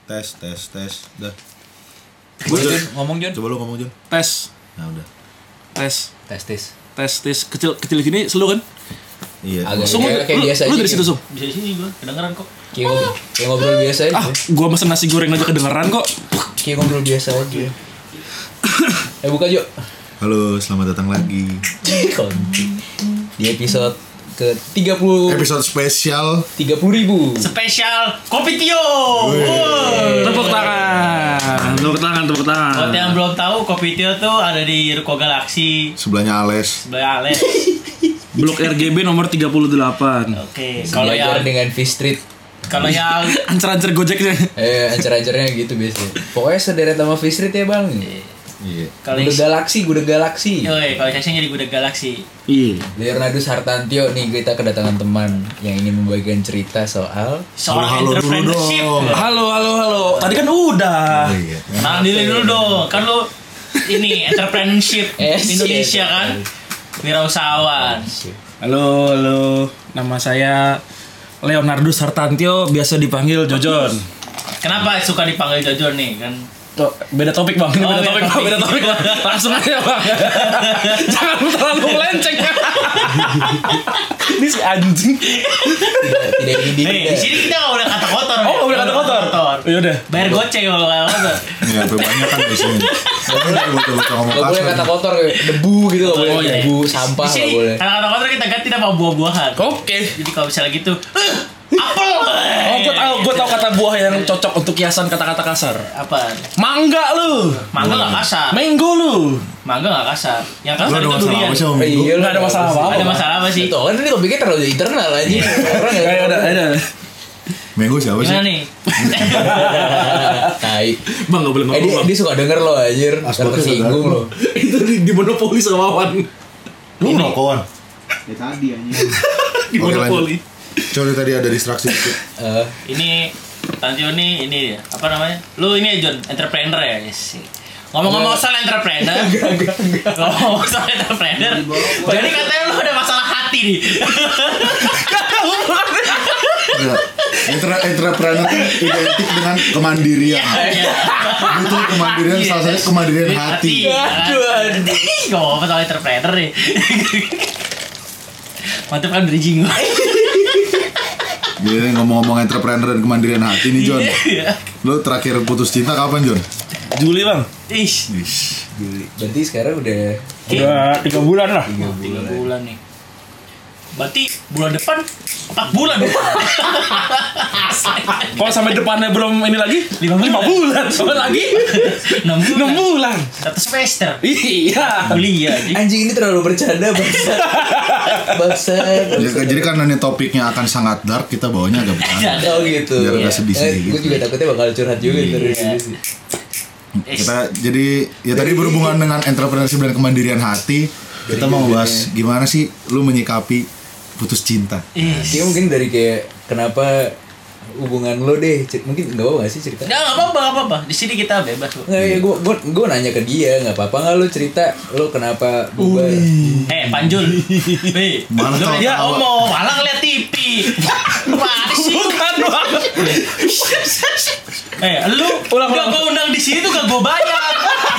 Tes. Dah. Ngomong Jon. Coba lu ngomong Jon. Tes. Nah udah. Tes kecil gini selu kan? Iya. Sung, kayak lu biasa aja. dari situ Sung. Bisa di sini gue kedengeran kok. Kayak ngobrol biasa aja. Gua mesen nasi goreng aja kedengeran kok. Kayak ngobrol biasa aja. Buka Jo. Halo, selamat datang lagi. Di episode ke 30. Episode spesial 30.000. Spesial Kopi Tio. Tepuk tangan. Buat yang belum tahu, Kopi Tio tuh ada di Ruko Galaxy sebelahnya Ales. sebelah Ales. Blok RGB nomor 38. Oke, kalau Sejajar yang dengan V-Street. Ancer-ancer Gojeknya. Ancer-ancernya gitu biasanya. Pokoknya sederet sama V-Street ya bang. Iya. kalau Gudeg Galaxy. kalau seksinya di Gudeg Galaxy. Iya. Leonardo Hartantio nih, kita kedatangan teman yang ingin membagikan cerita soal Seorang Halo dulu entrepreneurship. dong. Halo. Tadi kan udah. Oh, iya. Kenalan diri dulu dong. Kan lu ini entrepreneurship Indonesia kan. Wirausahawan. Halo. Nama saya Leonardo Hartantio, biasa dipanggil Jojon. Kenapa suka dipanggil Jojon nih kan? Beda topik bang, ini Oh, beda topik bang. Langsung aja bang. Jangan terlalu melenceng. Ini si anjing. tidak ini Di sini kita nggak boleh kata kotor. Oh, nggak boleh kata kotor. Ya udah. Bayar goceng kalau kata kotor. Iya, banyak kan di sini. Gak boleh betul-betul ngomong Gak boleh kasar. kata kotor, debu gitu gak boleh. iya. Debu, sampah Di gak sini boleh. kata kotor kita ganti nama buah-buahan. Oke. Jadi kalau misalnya gitu, apel. Gue tau kata buah yang cocok untuk kiasan kata-kata kasar. Apa? Mangga lu. Mangga nggak kasar. Mango lu. Mangga nggak kasar. Yang Lu kasar ada itu masalah durian. apa sih sama Minggu? Iya, Nggak ada masalah apa-apa. Ada masalah apa sih? Itu kan ini topiknya terlalu internal aja. Orang gak Kayak ada. Minggu siapa sih? Gimana nih? Tai. Bang nggak boleh ngomong bang. Dia suka denger lo anjir. Asbaknya Tersinggung suka lo. Itu di monopoli sama Wawan. Lu ngerokokan? Ya tadi aja. Di Oke, monopoli. Coba tadi ada distraksi dikit. Ini Tantio nih ini ya. Apa namanya? Lu ini John, entrepreneur ya? Yes. Ngomong-ngomong soal entrepreneur. Ngomong soal entrepreneur. Jadi katanya lu ada masalah hati nih. Enggak. Entrepreneur kan identik dengan kemandirian. Butuh kemandirian, salah satunya kemandirian hati. Aduh. Ngomong apa soal entrepreneur nih? Mantap kan bridging gue. Jadi ngomong-ngomong entrepreneur dan kemandirian hati nih John. Lu terakhir putus cinta kapan John? Juli bang. Ish. Berarti sekarang udah 3 bulan lah. 3 bulan nih. Berarti bulan depan 4 bulan. Kalau sampai depannya belum ini lagi 5 bulan. Sampai lagi 6 6 bulan. 1 semester. Iya. Kuliah. anjing ini terlalu bercanda bangsa. Jadi karena ini topiknya akan sangat dark, kita bawanya agak bercanda. Oh gitu. Biar agak sedih-sedih Gue gitu. juga takutnya bakal curhat juga terus. Kita jadi ya tadi berhubungan dengan entrepreneurship dan kemandirian hati. Kita mau ngebahas gimana sih lu menyikapi putus cinta. Kayak mungkin dari kayak kenapa hubungan lo deh, mungkin nggak apa-apa gak sih cerita? Nggak apa-apa. Di sini kita bebas kok. Nggak, ya gue nanya ke dia, nggak apa-apa nggak lo cerita lo kenapa bubar? Panjul. Mana Lu tahu- ya omong, malah ngeliat TV. Mana sih? Bukan bang. Lu Ulang. gue undang di sini tuh gak gue bayar.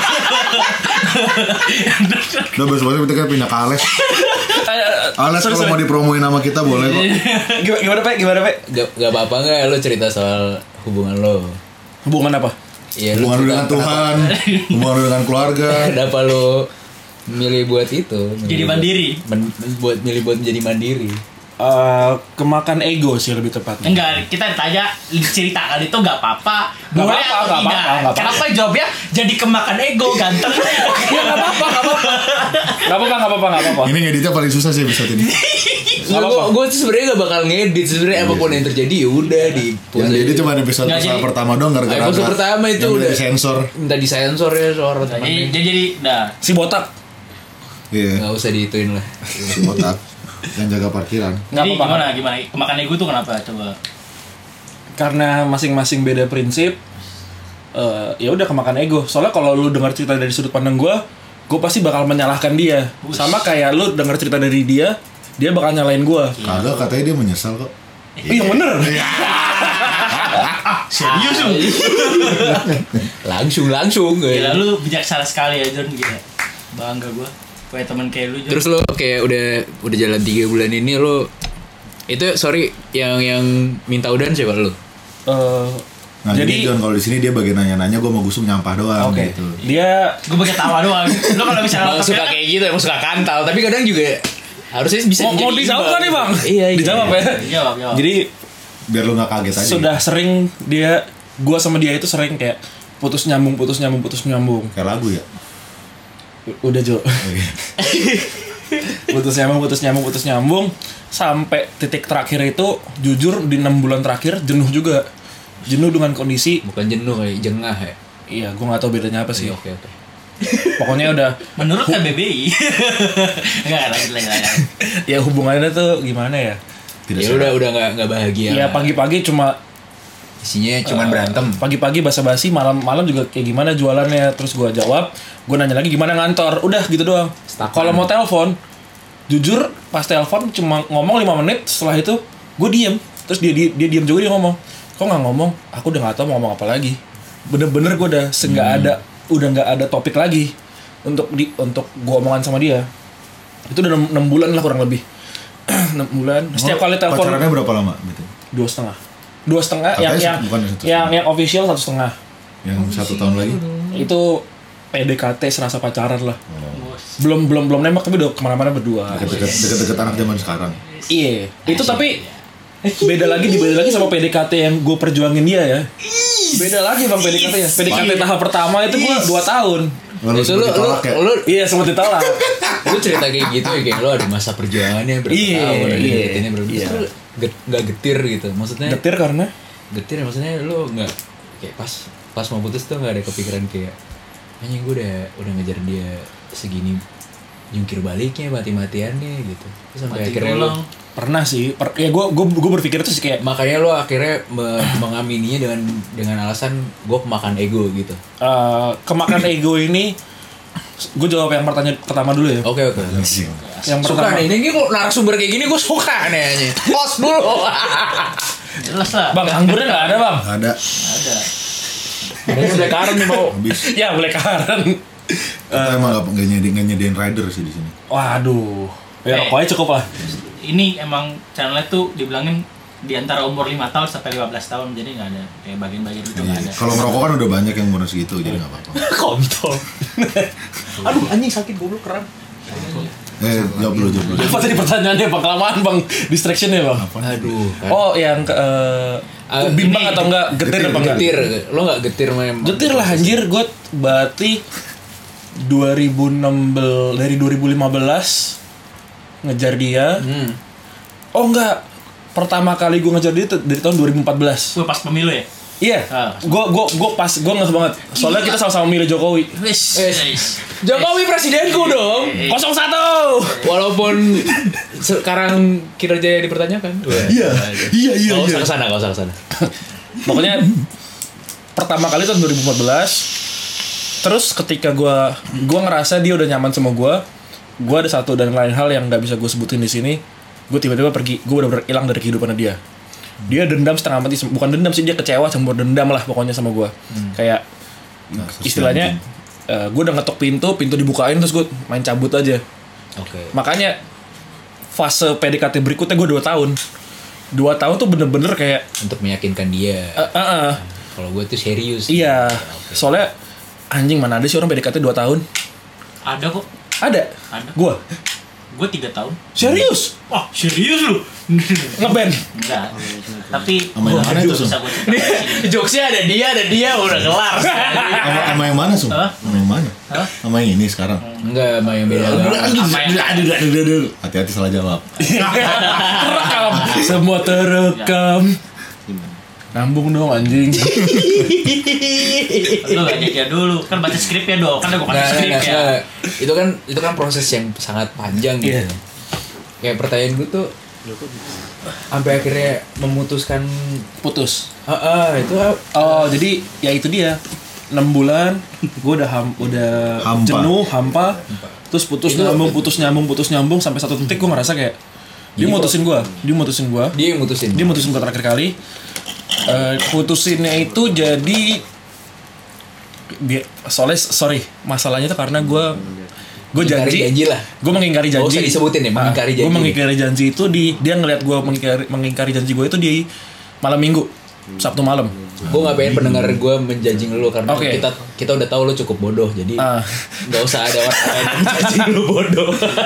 Udah besok-besok kita pindah ke Ales. Ales kalau mau dipromoin nama kita boleh kok. Gimana Pak? Gak apa-apa nggak lo cerita soal hubungan lo? Hubungan apa? Iya, Hubungan lu dengan Tuhan, hubungan lu dengan keluarga. Kenapa lo milih buat itu? Jadi mandiri. Milih buat menjadi mandiri. Kemakan ego sih lebih tepatnya. Enggak, kita tanya ceritakan itu gak apa-apa. Nggak Boleh apa-apa, atau nggak tidak? apa-apa, nggak Kenapa jawabnya jadi kemakan ego ganteng? Iya nggak apa-apa. Ini ngeditnya paling susah sih episode ini. Gue tuh sebenarnya gak bakal ngedit. Sebenarnya apapun yang terjadi ya udah di Yang jadi cuma episode Nggak, jadi- pertama doang gara-gara episode pertama itu yang udah disensor. minta disensor ya suara temennya. jadi dah. Si botak. Iya, Nggak usah diituin lah. si botak yang jaga parkiran. Nggak Jadi apa-apa. gimana? Kemakan ego tuh kenapa? Coba. Karena masing-masing beda prinsip. Ya udah kemakan ego. Soalnya kalau lu dengar cerita dari sudut pandang gue pasti bakal menyalahkan dia. Sama kayak lu dengar cerita dari dia bakal nyalain gue. Kagak, katanya dia menyesal kok. Iya bener. Serius lu? Langsung. Gila lu bijaksana sekali ya John, gila. Bangga gua punya teman kayak lu John. Terus lo kayak udah jalan 3 bulan ini lo itu yang minta udahan siapa lo? Nah, jadi John kalau di sini dia bagian nanya-nanya, gue mau gusung nyampah doang gitu. Dia Gua pakai tawa doang. Lu kalau misalnya Emang suka kayak gitu, emang suka kantal, tapi kadang juga harusnya bisa mau menjadi dijawab imbang. kan nih bang? Iya. Dijawab ya. Jawab. Jadi Biar lu nggak kaget aja. sudah sering gua sama dia itu sering kayak putus nyambung. Kayak lagu ya. Udah Jo. putus nyambung sampai titik terakhir itu jujur di 6 bulan terakhir jenuh dengan kondisi. Bukan jenuh kayak jengah ya. Iya, gua nggak tahu bedanya apa sih. Oke. Pokoknya udah menurut KBBI. Enggak lagi. ya hubungannya tuh gimana ya? Tidak Ya udah nggak bahagia. Iya pagi-pagi cuma Isinya cuman berantem. pagi-pagi basa-basi, malam juga kayak gimana jualannya, terus gua jawab, gua nanya lagi gimana ngantor, udah gitu doang. Kalau mau telepon, jujur pas telepon cuma ngomong 5 menit, setelah itu gua diem, terus dia diem juga, dia ngomong, kok nggak ngomong, aku udah nggak tahu mau ngomong apa lagi. Bener-bener gua udah nggak ada topik lagi untuk gua omongan sama dia. Itu udah 6 bulan lah kurang lebih. 6 bulan. Setiap kali telepon Pacarannya berapa lama gitu? 2,5 yang official 1,5. Yang 1 tahun lagi? Itu PDKT serasa pacaran lah. Belum nembak tapi udah kemana-mana berdua. Deket-deket anak zaman sekarang. Iya. Itu tapi beda lagi sama PDKT yang gue perjuangin dia ya. Beda lagi bang PDKT ya. PDKT tahap pertama itu gue 2 tahun. Lalu Itu ditolak ya? Iya sempat ditolak. Lu cerita kayak gitu ya, kayak lo ada masa perjuangannya berapa tahun, ada deketinnya berapa tahun, lu nggak getir gitu, maksudnya Getir karena getir ya, maksudnya lu nggak kayak pas mau putus tuh nggak ada kepikiran kayak anjing gue udah ngejar dia segini, jungkir baliknya mati-matiannya gitu, terus sampai akhirnya lu pernah sih. Gue berpikir itu sih kayak makanya lo akhirnya mengamininya dengan alasan gue kemakan ego gitu. kemakan ego ini. Gue jawab yang pertama dulu ya. Oke. Yang Suka pertama nih, ini kok narasumber kayak gini gue suka nih. Pos dulu. Jelas lah. Bang, anggurnya nggak ada bang. Ada. Mulai karen nih mau. Habis. Ya boleh karen. Kita emang nggak nyediain rider sih di sini. Waduh. Ya rokoknya cukup lah. Ini emang channelnya tuh dibilangin di antara umur 5 tahun sampai 15 tahun, jadi nggak ada kayak bagian-bagian itu nggak ada. Kalau ngerokok kan udah banyak yang umur segitu, jadi nggak apa-apa. Kontol. Aduh anjing sakit goblok keren. Jawab dulu. Apa tadi pertanyaannya bang? Kelamaan bang. Distraction ya bang. Aduh. Oh yang bimbang atau enggak getir apa enggak? Getir. Lo nggak getir memang. Getir lah anjir. Gue berarti 2016 dari 2015 ngejar dia. Oh enggak. Pertama kali gue ngejar dia dari tahun 2014. Gue pas pemilu ya. Iya. Gue ngeh banget. Soalnya kita sama-sama milih Jokowi. Wis. Jokowi presidenku dong. 01. Walaupun sekarang kinerjanya dipertanyakan. Iya. Gak usah kesana. Pokoknya pertama kali tahun 2014. Terus ketika gue ngerasa dia udah nyaman sama gue ada satu dan lain hal yang nggak bisa gue sebutin di sini. Gue tiba-tiba pergi, gue benar-benar hilang dari kehidupan dia. Dia dendam setengah mati, bukan dendam sih, dia kecewa campur dendam lah pokoknya sama gue. Kayak istilahnya gue udah ngetok pintu dibukain terus gue main cabut aja. Oke. Makanya fase PDKT berikutnya gue 2 tahun. 2 tahun tuh bener-bener kayak Untuk meyakinkan dia. Kalau gue tuh serius. iya. Soalnya anjing mana ada sih orang PDKT 2 tahun? Ada kok. Ada. Gue 3 tahun. serius. Wah, serius lu? Ngeband. Enggak. Tapi Sama yang mana itu, Sum? bisa gue cerita. Jokesnya ada dia udah kelar. Sama yang mana, Sum? Sama yang mana? Sama yang ini sekarang. Enggak, sama yang beda agama. Hati-hati salah jawab. Terekam. Semua terekam. Nambung dong anjing. Lu gak jadian dulu. Kan baca skripnya dong. Kan gue kasih skrip ya. Itu kan proses yang sangat panjang gitu. Iya. Kayak pertanyaan gue tuh sampai akhirnya memutuskan Putus. itu Oh, jadi ya itu dia. 6 bulan gue udah Hampa. jenuh, hampa. Terus putus nyambung sampai satu titik gue ngerasa kayak dia mutusin gue dia yang mutusin gue terakhir kali. putusinnya itu jadi masalahnya itu karena gue Mengingkari janji lah. Gue mengingkari janji. Gak usah disebutin ya, mengingkari janji. Gue mengingkari janji itu dia ngeliat gue mengingkari janji gue itu di malam minggu, Sabtu malam. Gue gak pengen pendengar gue menjudging lu karena kita udah tahu lu cukup bodoh, jadi gak usah ada orang lain yang menjudging lu bodoh.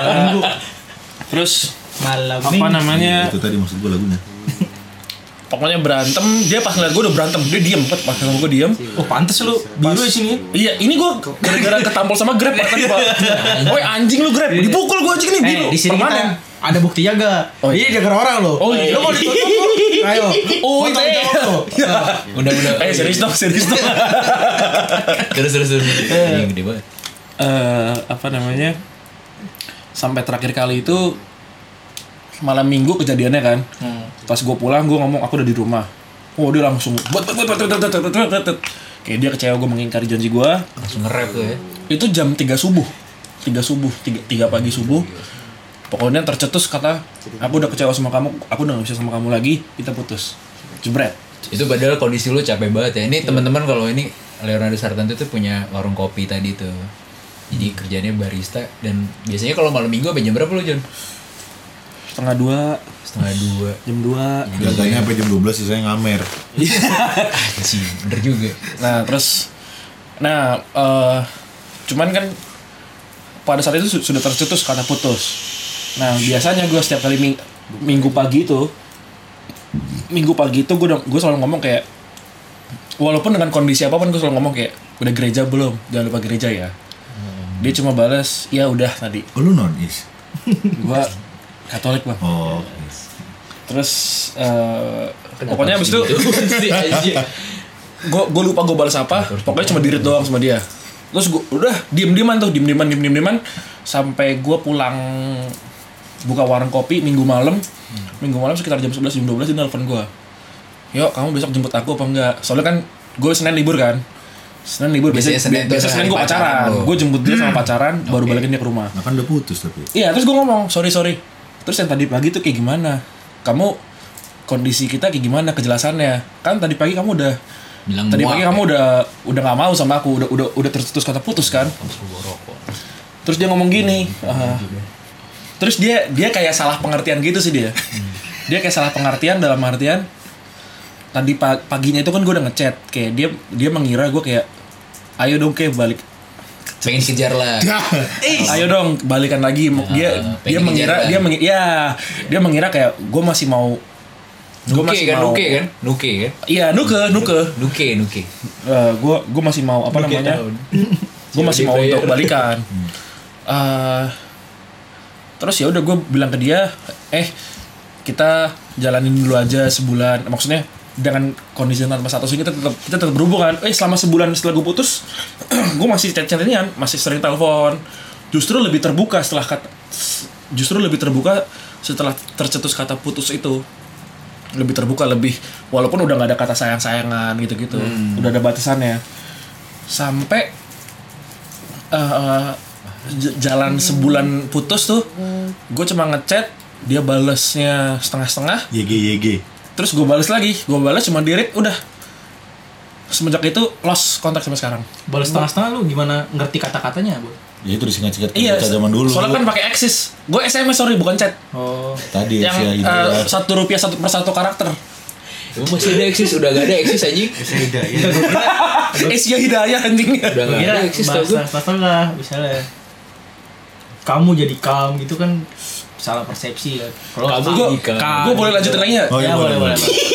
Terus malam apa namanya? Itu tadi maksud gue lagunya. Pokoknya berantem, dia pas ngeliat gue udah berantem, dia diem, pas sama gue diem. Oh pantes lu biru di sini. Iya, ini gue gara-gara ketampol sama Grab tadi Pak. Woi anjing lu Grab, dipukul gue anjing nih biru. Di sini kita ada bukti jaga. Oh, iya jaga orang lo. Oh iya. Lu mau ditutup lu? Ayo. Oh itu ya. Udah. Serius dong. Terus. Ini gede banget. Apa namanya? Sampai terakhir kali itu malam minggu kejadiannya kan. Pas gue pulang gue ngomong aku udah di rumah. Oh dia langsung kayak dia kecewa gue mengingkari janji gue. Langsung nge-rap tuh ya. Itu jam 3 subuh 3 pagi subuh. Pokoknya tercetus kata aku udah kecewa sama kamu, aku udah gak bisa sama kamu lagi, kita putus. Jebret. Itu padahal kondisi lu capek banget ya. Ini teman-teman kalau ini Leonardo Sartanto tuh punya warung kopi tadi tuh. Jadi kerjanya barista dan biasanya kalau malam minggu sampai jam berapa lu John? Setengah 2 jam 2 Jaganya sampai jam 12 sisanya ngamer. Sih, bener juga. Nah, cuman kan pada saat itu sudah tercetus kata putus. Nah, biasanya gue setiap kali minggu pagi itu gue selalu ngomong kayak walaupun dengan kondisi apapun gue selalu ngomong kayak udah gereja belum? Jangan lupa gereja ya. Dia cuma balas, ya udah tadi. Oh lu non-is? Gue Katolik bang. Oh. Terus pokoknya abis itu gue lupa gue balas apa. Pokoknya cuma dirit doang sama dia. Terus gue udah diem-dieman sampai gue pulang buka warung kopi minggu malam sekitar jam 11 jam 12 dia nelfon gue. Yuk kamu besok jemput aku apa enggak? Soalnya kan gue Senin libur kan. Biasanya Senin gue pacaran. Gue jemput dia sama pacaran baru balikin dia ke rumah. Nah kan udah putus tapi. Iya terus gue ngomong sorry. Terus yang tadi pagi tuh kayak gimana? Kamu kondisi kita kayak gimana kejelasannya? Kan tadi pagi kamu udah bilang tadi pagi kamu udah nggak mau sama aku, udah tercetus kata putus kan? Terus dia ngomong gini, terus dia kayak salah pengertian gitu sih dia. Dia kayak salah pengertian dalam artian tadi paginya itu kan gue udah ngechat kayak dia mengira gue kayak ayo dong kayak balik. Pengen dikejar lah. Ayo dong balikan lagi. Dia mengira kayak gue masih mau. Nuke kan? Iya, nuke. Gue masih mau apa namanya? Gue masih mau untuk balikan. Terus ya udah gue bilang ke dia, kita jalanin dulu aja sebulan. Maksudnya dengan kondisi tanpa status ini kita tetap berhubungan. Selama sebulan setelah gue putus, gue masih chat-chatan, masih sering telepon. Justru lebih terbuka setelah tercetus kata putus itu. Lebih terbuka, walaupun udah nggak ada kata sayang-sayangan gitu-gitu, udah ada batasannya. Sampai jalan sebulan putus tuh, gue cuma ngechat, dia balesnya setengah-setengah. YG. Terus gue balas cuma direct, udah. Semenjak itu lost kontak sampai sekarang. Balas setengah-setengah lu gimana ngerti kata-katanya, Bu? Ya itu disingkat-singkat iya, zaman dulu. Soalnya kan pakai Axis. Gue SMS bukan chat. Oh. Tadi yang Rp1 per 1 karakter. Emang masih ada Axis? Udah gak ada Axis anjing. Asia Hidayah anjing. Udah gak ada Axis tau gue. Setengah misalnya kamu jadi kam gitu kan salah persepsi ya. Kalau gue boleh lanjutin lagi ya? Oh iya boleh.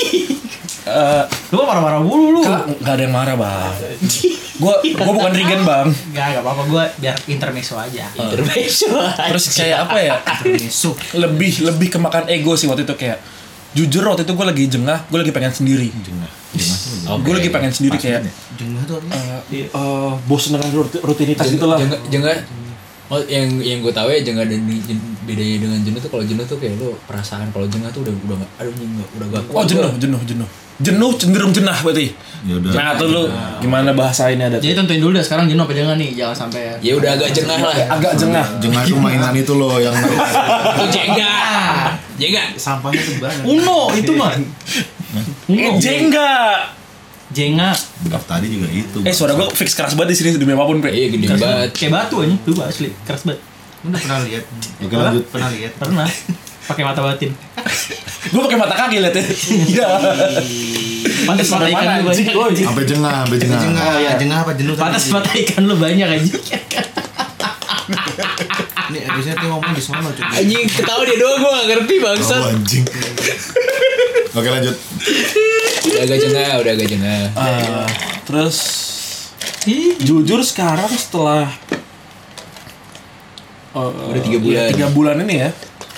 Lu kan marah-marah mulu lu. Gak ada yang marah bang. Gue bukan Regen bang. Gak apa-apa, gue biar intermezzo aja. Terus kayak apa ya? lebih kemakan ego sih waktu itu kayak. Jujur waktu itu gue lagi jengah, gue lagi pengen sendiri. Gue lagi pengen sendiri kayak. Jengah tuh bosan dengan rutinitas itulah. Jengah. Oh, yang gue tahu ya jengah dan bedanya dengan jenuh tuh, kalau jenuh tuh kayak lu perasaan, kalau jengah tuh udah nggak, aduh udah gak kuat. Oh jenuh cenderung jenah berarti. Yaudah. Nah tuh lu gimana bahasainnya ada? Jadi tentuin dulu dah sekarang jenuh apa jengah nih, jangan sampai. Ya udah agak jengah lah. Agak jengah. Jengah itu mainan itu loh yang. Itu jengah. Sampahnya tuh banyak. Uno itu mah. Jengga. Jenga. Tadi juga itu. Suara gue fix keras banget di sini demi apapun, Pre. Iya gede banget. Kayak batu aja, tuh asli keras banget. Udah pernah lihat? Oke, lanjut. Pernah lihat? Pernah. Pakai mata batin. Gue pakai mata kaki liat ya. Iya. Pantas mata ikan lu banyak. Sampai jengah. Jengah apa jenuh? Pantas mata ikan lu banyak aja. Ini biasanya tuh ngomong di sono cuy. Anjing ketawa dia doang gue gak ngerti bangsat. Oh, anjing. Oke, lanjut. Udah agak jengah. Terus jujur sekarang setelah Udah 3 bulan. 3 bulan ini ya.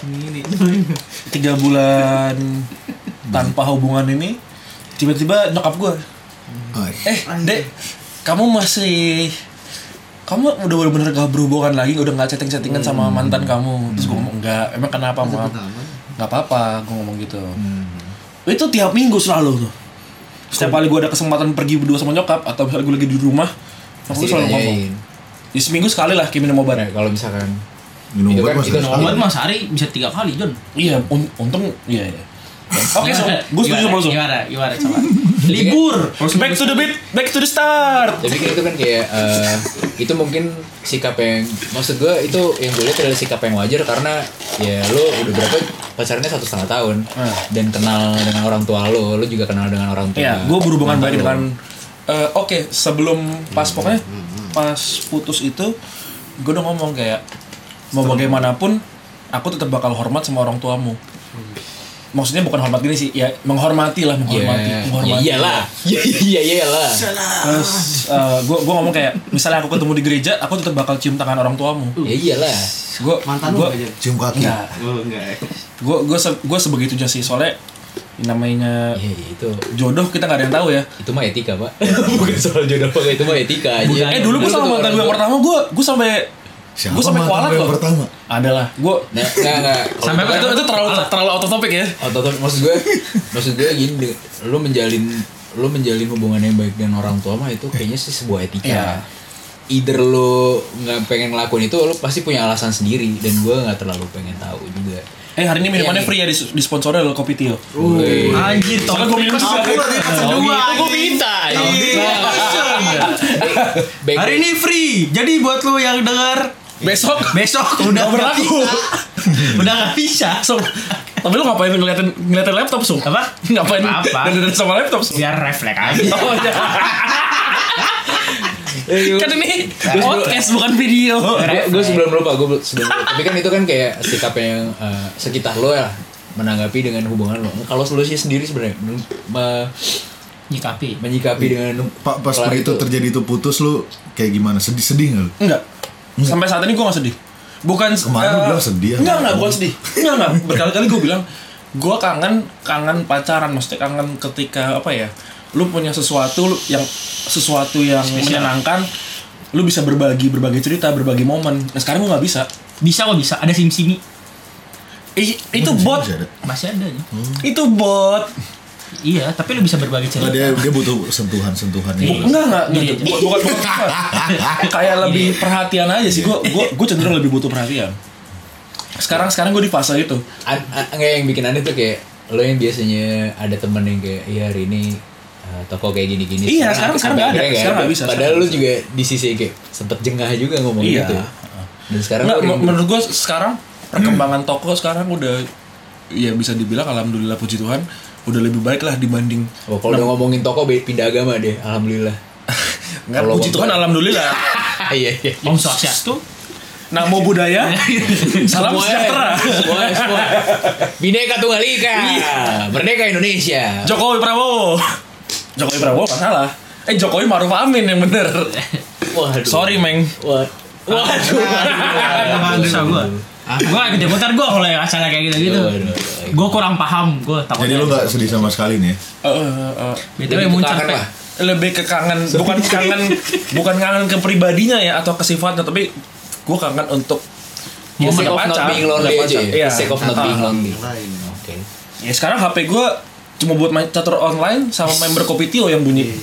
3 bulan tanpa hubungan ini, tiba-tiba nyokap gue, Dek, kamu udah bener-bener gak berhubungan lagi, udah gak chatting-chattingan sama mantan kamu. Terus gue ngomong, enggak, emang kenapa, Mam? Gak apa-apa, gue ngomong gitu. Itu tiap minggu selalu tuh. Setiap kali gue ada kesempatan pergi berdua sama nyokap, atau misalnya gue lagi di rumah, aku selalu ngomong. Ya seminggu sekali lah kayak minum obat. Kalau misalkan Minum Itu obat kan- mas. itu Obat mah sehari bisa 3 kali, Jon. Iya, untung iya. Oke, so, gue setuju sama lu. Gimana coba? Libur. Back to the start. Saya pikir itu kan kayak itu mungkin sikap yang maksud gue itu yang gue lihat adalah sikap yang wajar karena ya lo udah berapa pacarnya 1,5 tahun dan kenal dengan orang tua lo juga kenal dengan orang tua. Iya, gue berhubungan mantan baik lo. dengan sebelum pokoknya pas putus itu gue udah ngomong kayak mau bagaimanapun aku tetap bakal hormat sama orang tuamu. Maksudnya bukan hormat gini sih, ya menghormati lah, menghormati. Ya iyalah. Iyalah. Terus gue ngomong kayak misalnya aku ketemu di gereja, aku tetap bakal cium tangan orang tuamu. Ya iyalah. Mantan lu aja. Cium kaki. Enggak. Oh enggak. Gue sebegitunya sih, soalnya namanya Iya itu. jodoh kita nggak ada yang tahu ya. Itu mah etika, Pak. Bukan soal jodoh, Pak. Itu mah etika aja. Dulu gue sama mantan gue yang pertama, gue sampai Siapa gue sampai mantan kualat lu yang loh. pertama? Adalah gue Enggak. sampai itu terlalu out of topic ya. Maksud gue gini, lu menjalin hubungan yang baik dengan orang tua mah itu kayaknya sih sebuah etika. Iya. Either lu nggak pengen ngelakuin itu, lu pasti punya alasan sendiri dan gue nggak terlalu pengen tahu juga. Hari ini minumannya free ya, disponsori oleh Kopi Tio. Anjir, Soalnya gue minum juga. Itu gue minta. Hari ini free. Jadi buat lu yang dengar Besok udah berlaku. Udah nggak bisa. So, tapi lu ngapain ngeliatin laptop, Sung? Apa? Ngapain Apa? dan sama laptop, Sung? Biar refleks aja. Oh iya. Kan ini podcast bukan video. Gue sebelum lupa. Tapi kan itu kan kayak sikap yang sekitar lo ya menanggapi dengan hubungan lo. Kalau lo sih sendiri sebenarnya menyikapi dengan Pak, pas kelar begitu terjadi itu putus lu kayak gimana? Sedih nggak lu? Enggak. Sampai saat ini gue gak sedih. Bukan Kemarin lu bilang sedih. Enggak, bukan sedih. Enggak. Berkali-kali gue bilang gue kangen pacaran, maksudnya kangen ketika apa ya? Lu punya sesuatu yang menyenangkan, lu bisa berbagi cerita, berbagi momen. Nah, sekarang gue nggak bisa. Bisa kok bisa. Ada sim-simi. Itu bot. Masih ada ya. Itu bot. Iya, tapi lu bisa berbagi cerita. Dia butuh sentuhan itu. Enggak. Bukan. Kayak lebih perhatian aja sih. Gue cenderung lebih butuh perhatian. Sekarang gue di fase itu. Nggak, yang bikin aneh tuh kayak lo yang biasanya ada temen yang kayak iya hari ini toko kayak gini-gini. Iya, sekarang nggak ada. Sekarang nggak bisa. Padahal lo juga di sisi kayak sempet jengah juga ngomong gitu. Dan sekarang menurut gue sekarang perkembangan toko sekarang udah ya bisa dibilang alhamdulillah puji Tuhan udah lebih baik lah dibanding. Kalau udah ngomongin toko pindah agama deh, alhamdulillah. Nggak, puji Tuhan alhamdulillah. Iya. Om Swastiastu. Namo Buddhaya. Salam sejahtera. Semua. Bhinneka Tunggal Ika. Merdeka Indonesia. Jokowi Prabowo nggak salah. Jokowi Maruf Amin yang bener. Waduh. Sorry, Meng. Waduh. Susah gua. Gua ikut-ikutan gua kalau yang acara kayak gitu-gitu. Gua kurang paham, gua takut. Jadi lu nggak sedih sama sekali nih ya? BTW muncul lah. Lebih ke kangen, bukan kangen ke pribadinya ya atau ke sifatnya, tapi gue kangen untuk Sake of not being lonely aja ya? Iya. Sake of not being lonely. Oke. Ya sekarang HP gue cuma buat main catur online sama member Kopi Tio yang bunyi.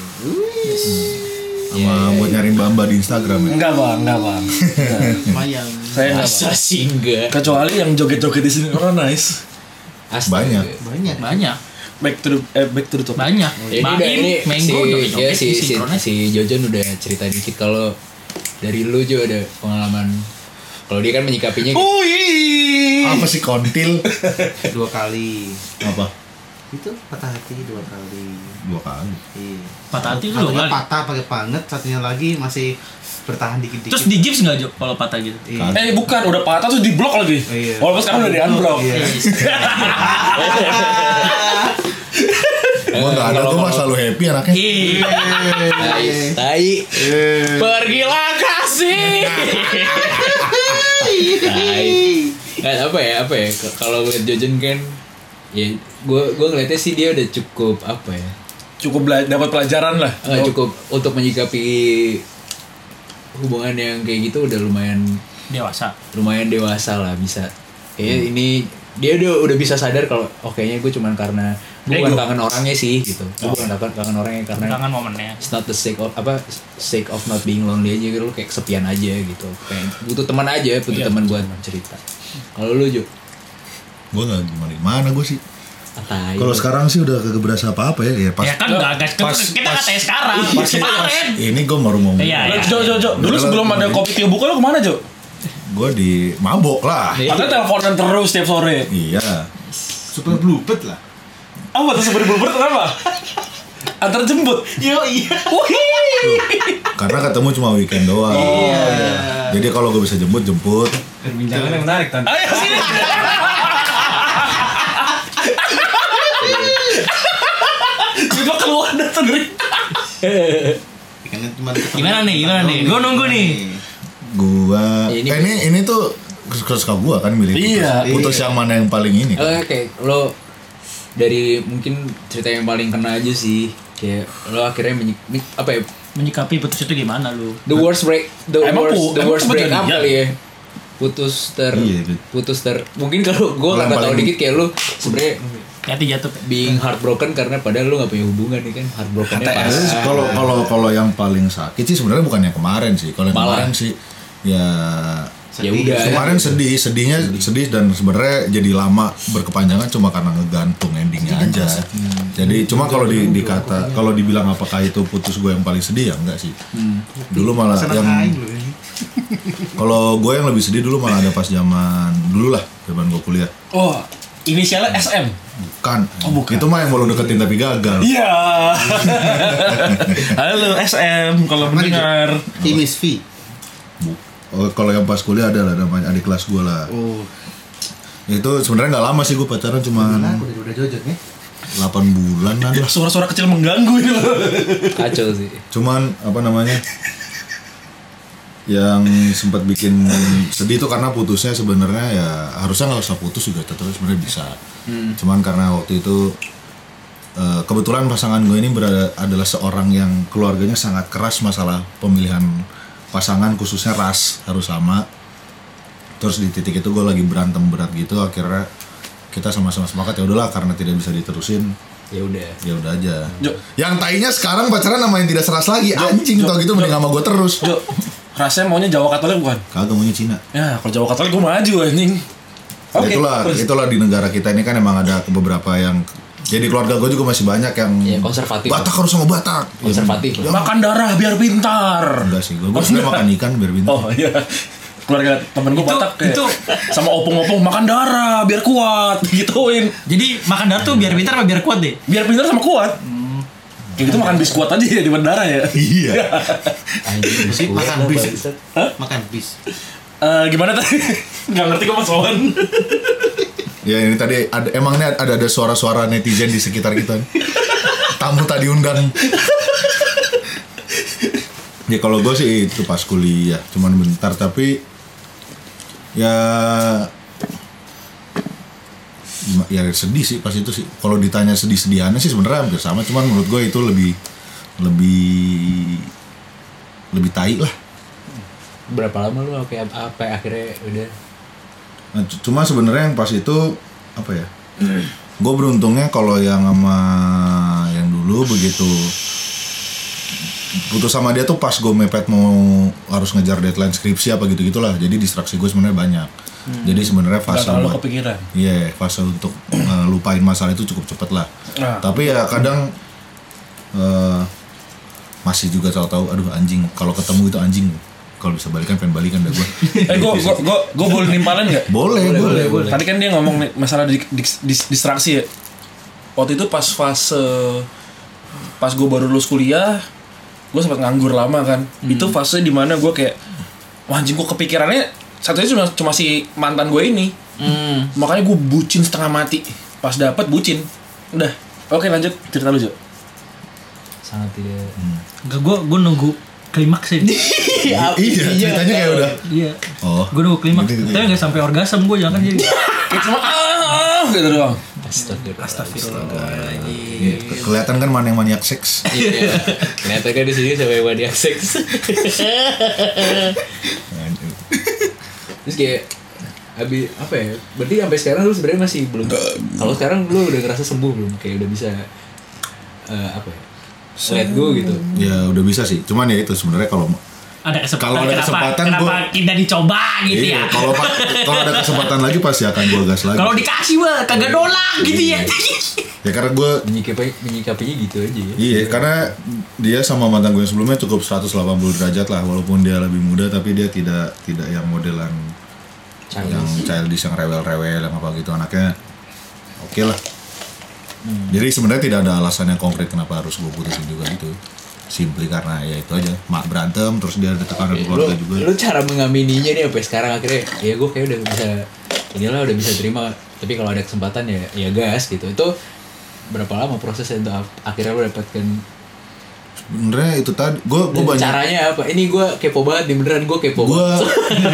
Sama buat nyari mbak-mbak di Instagram ya? Enggak bang. Lumayan. Saya enggak Masa bang. sih enggak? Kecuali yang joget-joget di sini orang nice. Astaga. Banyak. banyak. back to the topic. Banyak. Ya, ini Mango si Jojon udah cerita dikit kalau dari lu Jo ada pengalaman. Kalau dia kan menyikapinya gitu. Apa sih kontil? 2 kali. Apa? Itu patah hati 2 kali. 2 kali. Iya. Patah hati lu Satunya kali. patah pakai banget, satunya lagi masih bertahan dikit-dikit. Terus di gips enggak Jo kalau patah gitu? Iya. Bukan, udah patah terus di blok lagi. Iya. Walaupun sekarang udah di unblock. Iya. Gua nggak ada tuh mah selalu happy anaknya. Tai. Pergilah kasih. Tai. Nggak, apa ya kalau ngeliat Jojon kan ya gue ngeliatnya sih dia udah cukup apa ya, Cukup dapat pelajaran lah. cukup untuk menyikapi hubungan yang kayak gitu udah lumayan dewasa lah bisa. Ini dia udah bisa sadar kalau kayaknya gue cuman karena gue bukan kangen orangnya sih gitu. Gue bukan kangen orangnya karena Kangen momennya. it's not the sake of not being lonely aja gitu, lu kayak kesepian aja gitu, kayak butuh teman aja, butuh teman buat cerita. Kalau lu Jo? Gue nggak gimana gue sih. Tai. Kalau sekarang sih udah kagak berasa apa-apa ya pas. Ya kan enggak kita katanya sekarang. Pas kemarin. Ini gue baru mau. Iya. Jo. Dulu sebelum ada kopi Tio buka lu kemana Jo? Gue di mabok lah. Katanya teleponan terus setiap sore. Iya. Super bluebird lah. Apa tuh seperti bulbur kenapa? Antar jemput. Yo iya. Karena ketemu cuma weekend doang. Jadi kalau gue bisa jemput. Perbincangan yang menarik tante. Ayo sini. Juga keluar dari. Gimana nih? Gua nunggu nih. Gua ini tuh suka gua kan milih putus yang mana yang paling ini. Oke, lo dari mungkin cerita yang paling kena aja sih, kayak lo akhirnya Menyikapi putus itu gimana lu? the worst break Emang up jadian? kali ya. Putus mungkin kalau gue Yang nggak tahu paling- dikit kayak lu sebenarnya Hati jatuh. being heartbroken karena padahal lu nggak punya hubungan nih kan, heartbrokennya pas. Kalau yang paling sakit sih sebenarnya bukan yang kemarin sih. Kalau yang Malah. kemarin sih ya udah. kemarin sedih dan sebenarnya jadi lama berkepanjangan cuma karena ngegantung endingnya aja. Jadi cuma kalau dikata kalau dibilang apakah itu putus gue yang paling sedih ya enggak sih. Dulu malah yang kalau gue yang lebih sedih dulu malah ada pas zaman gue kuliah. Oh, inisialnya SM. Bukan. Itu mah yang mau lo deketin tapi gagal. Iya. Halo SM kalau mendengar. Imis V. Oh, kalau yang pas kuliah ada lah namanya adik kelas gue lah. Oh. Itu sebenarnya nggak lama sih gue pacaran cuma Udah Jojon ya. 8 bulan lah. Suara-suara kecil mengganggu ini. Kacau sih. Cuman apa namanya? Yang sempat bikin sedih itu karena putusnya sebenarnya ya harusnya nggak usah putus juga terus sebenarnya bisa. Cuman karena waktu itu kebetulan pasangan gue ini adalah seorang yang keluarganya sangat keras masalah pemilihan pasangan khususnya ras harus sama. Terus di titik itu gue lagi berantem berat gitu, akhirnya kita sama-sama sepakat ya udahlah karena tidak bisa diterusin Ya udah aja. Jo. Yang tainya sekarang pacaran sama yang tidak seras lagi. Anjing tau gitu mending sama gue terus. Jo, rasanya maunya Jawa Katolik bukan? Kagak maunya Cina. Ya, kalau Jawa Katolik gue maju anjing. Oke. Itulah di negara kita ini kan emang ada beberapa yang jadi keluarga gue juga masih banyak yang Ya, konservatif. Batak harus sama Batak. Konservatif. Ya, Makan darah biar pintar. enggak sih, gue sebenarnya makan ikan biar pintar. Oh iya. Keluarga temen gue Batak kayak itu. sama opung-opung makan darah biar kuat gituin. Jadi makan darah tuh biar pintar apa biar kuat deh? Biar pintar sama kuat. Kayak gitu makan biskuat aja ya di darah ya. Iya. Anjing, Makan bis. Hah? Makan bis. Gimana tadi? Nggak ngerti gue Mas Wawan. Ya ini tadi emangnya ada suara-suara netizen di sekitar kita. Tamu tadi undang. Ya kalau gue sih itu pas kuliah, cuman bentar tapi ya sedih sih pas itu sih. Kalau ditanya sedih-sedihannya sih sebenarnya hampir sama, cuman menurut gue itu lebih tai lah. berapa lama lu kayak apa akhirnya udah? Nah, cuma sebenarnya yang pas itu apa ya? Gue beruntungnya kalau yang sama yang dulu begitu putus sama dia tuh pas gue mepet mau harus ngejar deadline skripsi apa gitu gitulah, jadi distraksi gue sebenarnya banyak. Jadi sebenarnya Gak fase terlalu kepikiran. Iya, fase untuk lupain masalah itu cukup cepet lah. Nah. Tapi ya kadang masih juga tahu-tahu, aduh anjing, kalau ketemu itu anjing. Kalau bisa balikan, pengen balikan dah gue. Gue boleh nimpalin nggak? Boleh. Tadi kan dia ngomong nih masalah distraksi ya. Waktu itu pas gue baru lulus kuliah, gue sempat nganggur lama kan. Itu fase dimana gue kayak, wah anjing, gue kepikirannya satunya cuma si mantan gue ini. Makanya gue bucin setengah mati. Pas dapet bucin, udah. Oke lanjut cerita lu Jo. Sangat tidak. Enggak, gue nunggu klimaks ini. Iya, ceritanya kayak udah. Iya. Oh. Gue nunggu klimaks, Gitu. tapi nggak sampai orgasme gue, jangan jadi. Kayak cuma gitu doang. Astagfirullahaladzim. Iya, kelihatan kan mana yang maniak seks. Iya. Ternyata kan di sini sampai maniak seks. Terus kayak habis apa ya? Berarti sampai sekarang lu sebenarnya masih belum. Kalau sekarang lu udah ngerasa sembuh belum? Kayak udah bisa apa ya? Let go gitu. Ya udah bisa sih. Cuman ya itu sebenarnya kalau Ada kesempatan, Kalau ada kesempatan, kenapa kita dicoba gitu iya, ya? kalau ada kesempatan lagi pasti akan gue gas lagi. Kalau dikasih mah kagak nolak gitu ya. Ya karena gue Menyikapinya gitu aja ya. iya, karena dia sama mantan gue yang sebelumnya cukup 180 derajat lah, walaupun dia lebih muda tapi dia tidak yang modelan yang childish, yang rewel-rewel, yang apa gitu, anaknya oke lah. Jadi sebenarnya tidak ada alasan yang konkret kenapa harus gue putusin juga gitu. Simply karena ya itu aja, mak berantem terus dia ada tekanan keluarga juga. Lu cara mengamininya nih sampai sekarang akhirnya ya gue kayak udah bisa udah bisa terima, tapi kalau ada kesempatan ya gas gitu. Itu berapa lama prosesnya untuk akhirnya lu dapatkan? Sebenarnya itu tadi gue banyak caranya apa? Ini gue kepo banget nih, beneran gue kepo banget.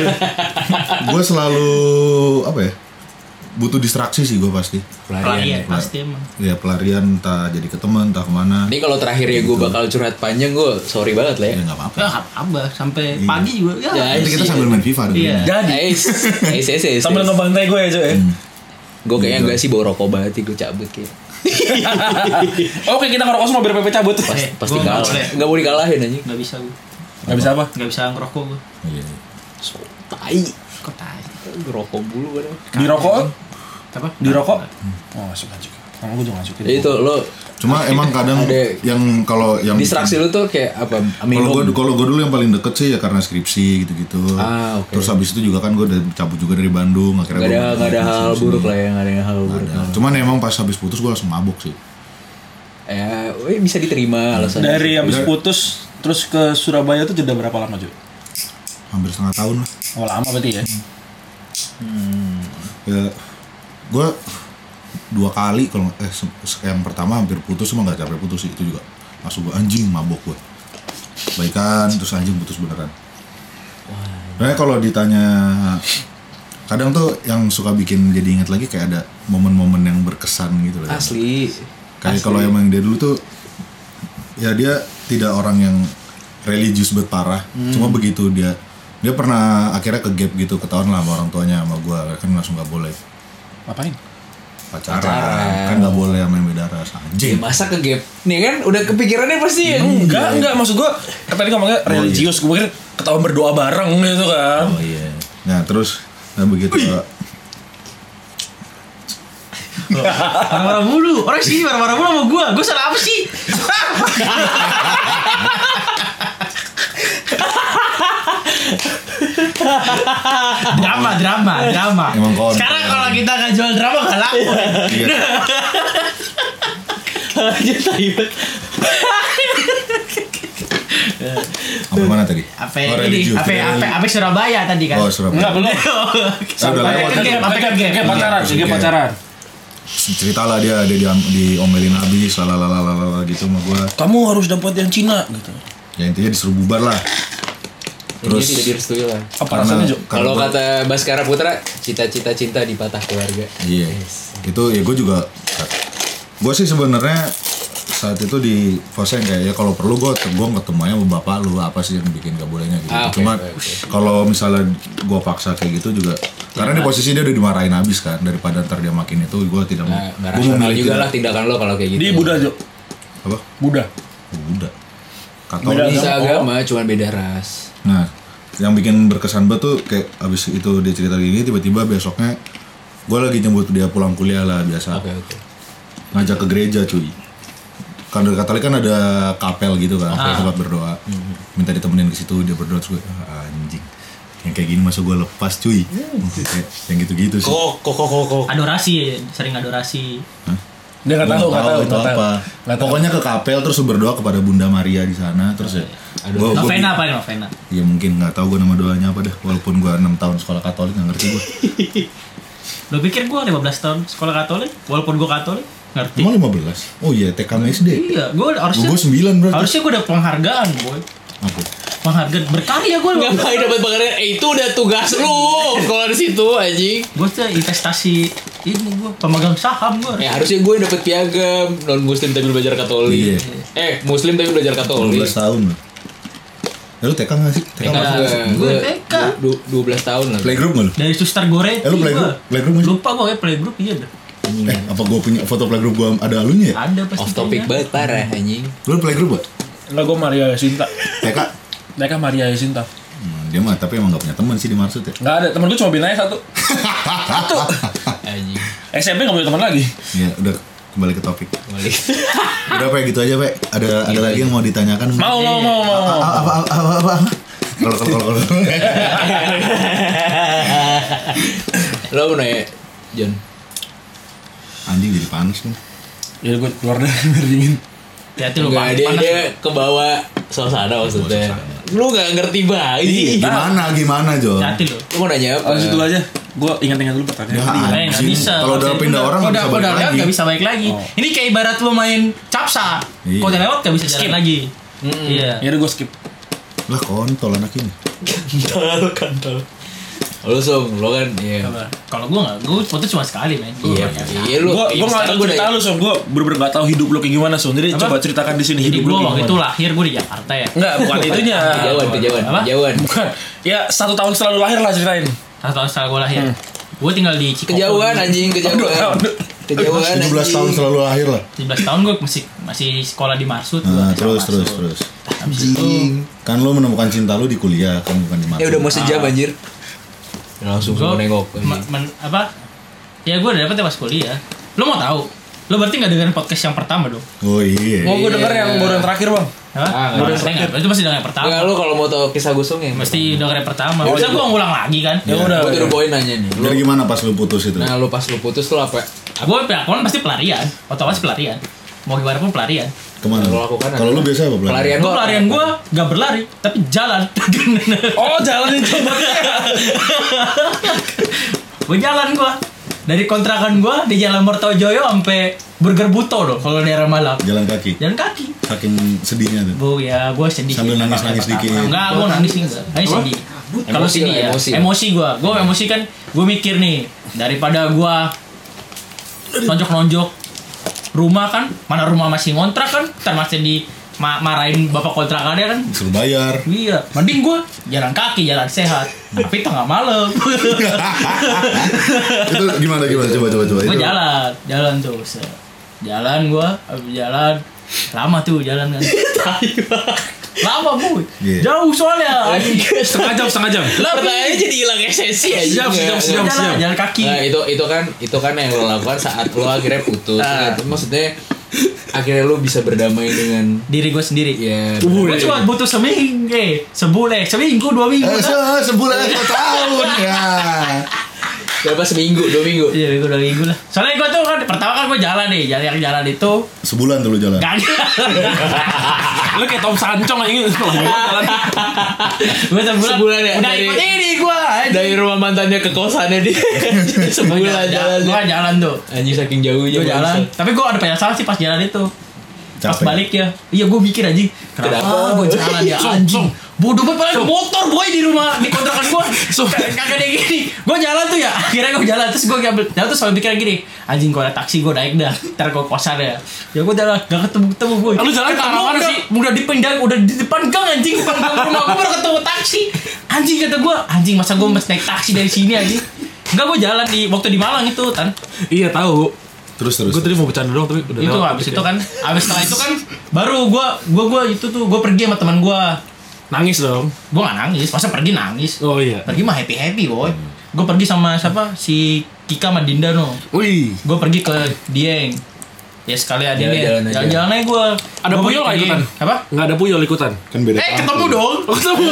Gue selalu apa ya, butuh distraksi sih gue pasti. Pelarian pasti emang. Ya pelarian, entah jadi ke teman, entah kemana. Ini kalau terakhir ya gue bakal curhat panjang, gue sorry banget lah ya. Ya nggak apa-apa. Ya abah sampai pagi juga. Ya. Nanti kita sambil main FIFA dulu. Iya. Jadi sambil ngebantai gue ya Jo ya. Gue kayaknya enggak sih bawa rokok banget, gue cabut kayak. Oke, kita ngerokok semua biar PP cabut. Pasti Gua kalah. Enggak mau dikalahin anjing. Nggak bisa gue. Enggak bisa apa? Nggak bisa ngerokok gue. Iya. So, tai. Kok tai? Ngerokok dulu kan. Di rokok? Apa? Di rokok? Oh, suka juga. Sama gue juga nggak suka. Ya itu lo Cuma emang kadang ada yang kalau yang distraksi lu tuh kayak apa? kalau gue dulu yang paling deket sih ya karena skripsi gitu-gitu. Ah, oke. Terus habis itu juga kan gue udah cabut juga dari Bandung, akhirnya Gak ada hal buruk lah ya, gak ada hal buruk. Cuman emang pas habis putus gue langsung mabuk sih. Bisa diterima alasan. Dari habis putus terus ke Surabaya tuh jeda berapa lama Jo? Hampir setengah tahun lah. Oh lama berarti ya? Ya gue 2 kali kalau yang pertama hampir putus, cuma nggak capek putus sih, itu juga masuk gue anjing mabok gue baikan terus anjing putus beneran. Nah kalau ditanya kadang tuh yang suka bikin jadi ingat lagi kayak ada momen-momen yang berkesan gitu loh. Asli. Kayak kalau emang dia dulu tuh ya dia tidak orang yang religius banget parah, cuma begitu dia pernah akhirnya ke gap gitu, ketahuan lah sama orang tuanya sama gue, kan langsung nggak boleh Ngapain? pacaran. Kan nggak boleh main beda ras Ya anjing. masa ke gap? Nih kan udah kepikirannya pasti ya. Enggak, maksud gue tadi ngomongnya religius, gue pikir ketahuan berdoa bareng gitu kan. Oh iya. Nah terus begitu Marah-marah mulu. Orang sini marah-marah mulu sama gue. Gue salah apa sih? drama. Emang konten. Sekarang kalau kita nggak jual drama nggak laku. Iya. Aja taibat. Apa mana tadi? Apa Oh, ini? religius. Apa Surabaya tadi kan? Oh Surabaya. Enggak, belum. Udah lewat. Kayak pacaran. Cerita lah dia diomelin habis lalalala gitu sama gue. Kamu harus dapat yang Cina gitu. Ya intinya disuruh bubar lah. Terus tidak direstui lah. Apa rasanya Jo? Kalau kata Baskara Putra, cita-cita cinta dipatah keluarga. Iya. Itu ya gue juga. Gue sih sebenarnya saat itu di fase yang kayak ya kalau perlu gue ketemunya sama bapak lu, apa sih yang bikin gak bolehnya gitu. Cuma kalau misalnya gue paksa kayak gitu juga, karena di posisi dia udah dimarahin habis kan, daripada ntar dia makin itu gue tidak mau. Nggak rasional juga lah tindakan lo kalau kayak gitu. Dia Buddha Jo. Apa? Buddha. Udah. Beda Katolik. Bisa agama, cuman beda ras. Nah, yang bikin berkesan banget tuh kayak abis itu dia cerita gini, tiba-tiba besoknya gue lagi jemput dia pulang kuliah lah biasa. Oke. Ngajak ke gereja cuy. Kan dari Katolik kan ada kapel gitu kan, tempat berdoa. Minta ditemenin ke situ, dia berdoa terus gue, anjing. Yang kayak gini masuk gue lepas cuy. Kayak yang gitu-gitu sih. Kok. Adorasi, sering adorasi. Dia nggak tahu itu apa. Pokoknya ke kapel terus berdoa kepada Bunda Maria di sana terus ya. Novena apa ya, novena? Ya mungkin nggak tahu gue nama doanya apa dah. Walaupun gue 6 tahun sekolah Katolik nggak ngerti gue. Lo pikir gue 15 tahun sekolah Katolik? Walaupun gue Katolik? Ngerti? Emang 15? Oh iya TK SD. Iya, gue harusnya Gue 9 berarti. harusnya gue udah penghargaan, boy. Apa? Penghargaan berkarya gue. Ngapain dapat penghargaan? Itu udah tugas lu. Kalau di situ anjing. Gue tuh investasi ini gue pemegang saham gue. Ya harusnya gue dapet piagam non muslim tapi belajar Katolik. Iya. Muslim tapi belajar Katolik. 12 tahun loh. Lu TK nggak sih? TK Enggak, masuk. Gue gue TK. 12 tahun lah. Playgroup nggak lu? Dari Suster Goreti. Lu playgroup? gua. Playgroup nggak sih? Lupa gue ya playgroup iya dah. Apa gue punya foto playgroup gue ada alunya ya? Ada pasti. Off topic banget parah anjing. Lu playgroup gak? Enggak, gue Maria Yasinta. TK? Mereka Maria Yasinta. Dia mah tapi emang gak punya teman sih di Marsud ya. Nggak ada, temen gue cuma Binaya satu. Anjing. SMP nggak punya teman lagi. Ya udah kembali ke topik. Balik. Udah Pak gitu aja Pak. Ada lagi yang mau ditanyakan? Mau. Apa? Kalau Lo mau nanya, John? anjing jadi panas nih. Ya gue keluar dari biar dingin. Hati-hati lu Enggak, panas. dia ke bawah suasana maksudnya. Lu gak ngerti banget sih. Gimana Jo? Hati-hati lu. Lu mau nanya apa? Abis itu aja. Gue ingat-ingat dulu Ya, pertanyaan. Nggak anjing. bisa. Kalau udah pindah orang nggak bisa balik lagi. Nggak bisa balik lagi. Oh. Ini kayak ibarat lu main capsa. Iya. Kalau udah lewat nggak bisa jalan lagi. Iya. Ya udah gue skip. Lah kontol anak ini. Kantor. Lo Song, lo kan iya. Kalau gue nggak, gue foto cuma sekali men. Iya lu. Gue nggak tahu cerita lu, Som. Gue bener-bener nggak tahu hidup lu kayak gimana, Som. Jadi Apa? coba ceritakan di sini Jadi hidup gue lu kayak waktu gimana. itu lahir gue di Jakarta ya. Enggak, bukan itunya. Kejauhan. Bukan. Ya 1 tahun setelah lu lahir lah ceritain. 1 tahun setelah gue lahir. Gue tinggal di Cikoko. Kejauhan anjing, kejauhan. Kejauhan 17 tahun selalu lahir lah. 17 tahun gue masih sekolah di Marsud. Nah, Gua terus. Habis itu Kan lu menemukan cinta lu di kuliah, kan bukan di Marsud. Ya udah mau sejam anjir. Langsung semua nengok. apa? Ya gue udah dapet ya pas kuliah. Lo mau tahu? Lo berarti nggak dengerin podcast yang pertama dong? Oh iya. Mau gue denger yang baru yang terakhir, Bang. Hah? nggak Nggak, itu masih denger yang pertama. Enggak, lu kalau mau tahu kisah gusung ya. Mesti denger yang pertama. Masa gue ngulang lagi kan? Ya udah. Gue tuh poin nanya nih. Jadi gimana pas lu putus itu? Nah, lu pas lu putus tuh apa? Gue pelakon pasti pelarian. Otomatis pelarian. Mau gimana pun pelarian. Kemana? Lu lakukan Kalau lu biasa apa pelarian? Pelarian Gue gua pelarian gue gak berlari, tapi jalan. Oh, jalan itu. Gue jalan gue dari kontrakan gue di Jalan Mertojoyo sampai Burger Buto loh kalau daerah Malang. Jalan kaki. Jalan kaki. Saking sedihnya tuh. Bu ya gue sedih. Sambil nangis-nangis dikit. Enggak, gue nangis enggak. Nangis sedih. Kalau Emosi sedih lah, ya. emosi. Emosi gue. Gue emosi kan. Gue mikir nih daripada gue nonjok-nonjok rumah kan, mana rumah masih ngontrak kan, ntar masih marahin bapak kontrakannya kan. Disuruh bayar. Iya, mending gue jalan kaki, jalan sehat. Tapi tengah malam. Itu gimana? Coba. Gue Itu. jalan tuh. Jalan gue, jalan lama tuh jalan kan. Lama bu, Iya. jauh soalnya. Setengah jam. Lah pertanyaannya jadi hilang esensi aja. Sejam. Jalan kaki. Nah, itu kan yang lo lakukan saat lo akhirnya putus. Nah. Itu maksudnya akhirnya lo bisa berdamai dengan Diri gue sendiri. ya Gue cuma butuh seminggu, seminggu 2 minggu. Sebulan 1 tahun ya. berapa seminggu 2 minggu. Iya, minggu 2 minggu lah. Soalnya gue tuh kan pertama kan gue jalan nih, jalan itu Sebulan tuh lu jalan. gak. Lu kayak Tom Sancong aja gitu. Jalan. Gue Sebulan ya, udah dari- ikut ini gue. Dari rumah mantannya ke kosannya dia. Sebulan jalan. Gue jalan tuh. Anjing saking jauhnya. Gue jalan. Tapi gue ada penyesalan sih pas jalan itu. Pas Capek. balik ya. Iya gue mikir anjing. Kenapa? Kenapa gue jalan ya anjing. Bodoh banget padahal motor boy di rumah di kontrakan gue. Kagak ada gini. Gue jalan tuh ya. Akhirnya gue jalan terus gue jalan terus sampai pikiran gini. Anjing gue ada taksi gue naik dah. Ntar gue kosan ya. Ya gue jalan gak ketemu boy. Lu jalan ke arah mana sih? Udah dipindah udah di depan gang anjing. Depan gang rumah gue baru ketemu taksi. Anjing kata gue. Anjing masa gue mesti naik taksi dari sini anjing. Enggak gue jalan di waktu di Malang itu kan. Iya, tahu. Terus. Gue tadi mau bercanda doang tapi udah Itu lewat. habis itu kan habis setelah itu kan baru gue itu tuh gue pergi sama teman gue Nangis dong. Gue gak nangis, masa pergi nangis. Oh iya. Pergi mah happy boy. Gue pergi sama siapa? Si Kika sama Dinda no. Wih. Gue pergi ke Dieng. Ya sekalian ini jalan-jalan aja gue. Ada Puyol nggak ikutan? Apa? Nggak ada Puyol ikutan. Kan beda. Ketemu dong. Ketemu.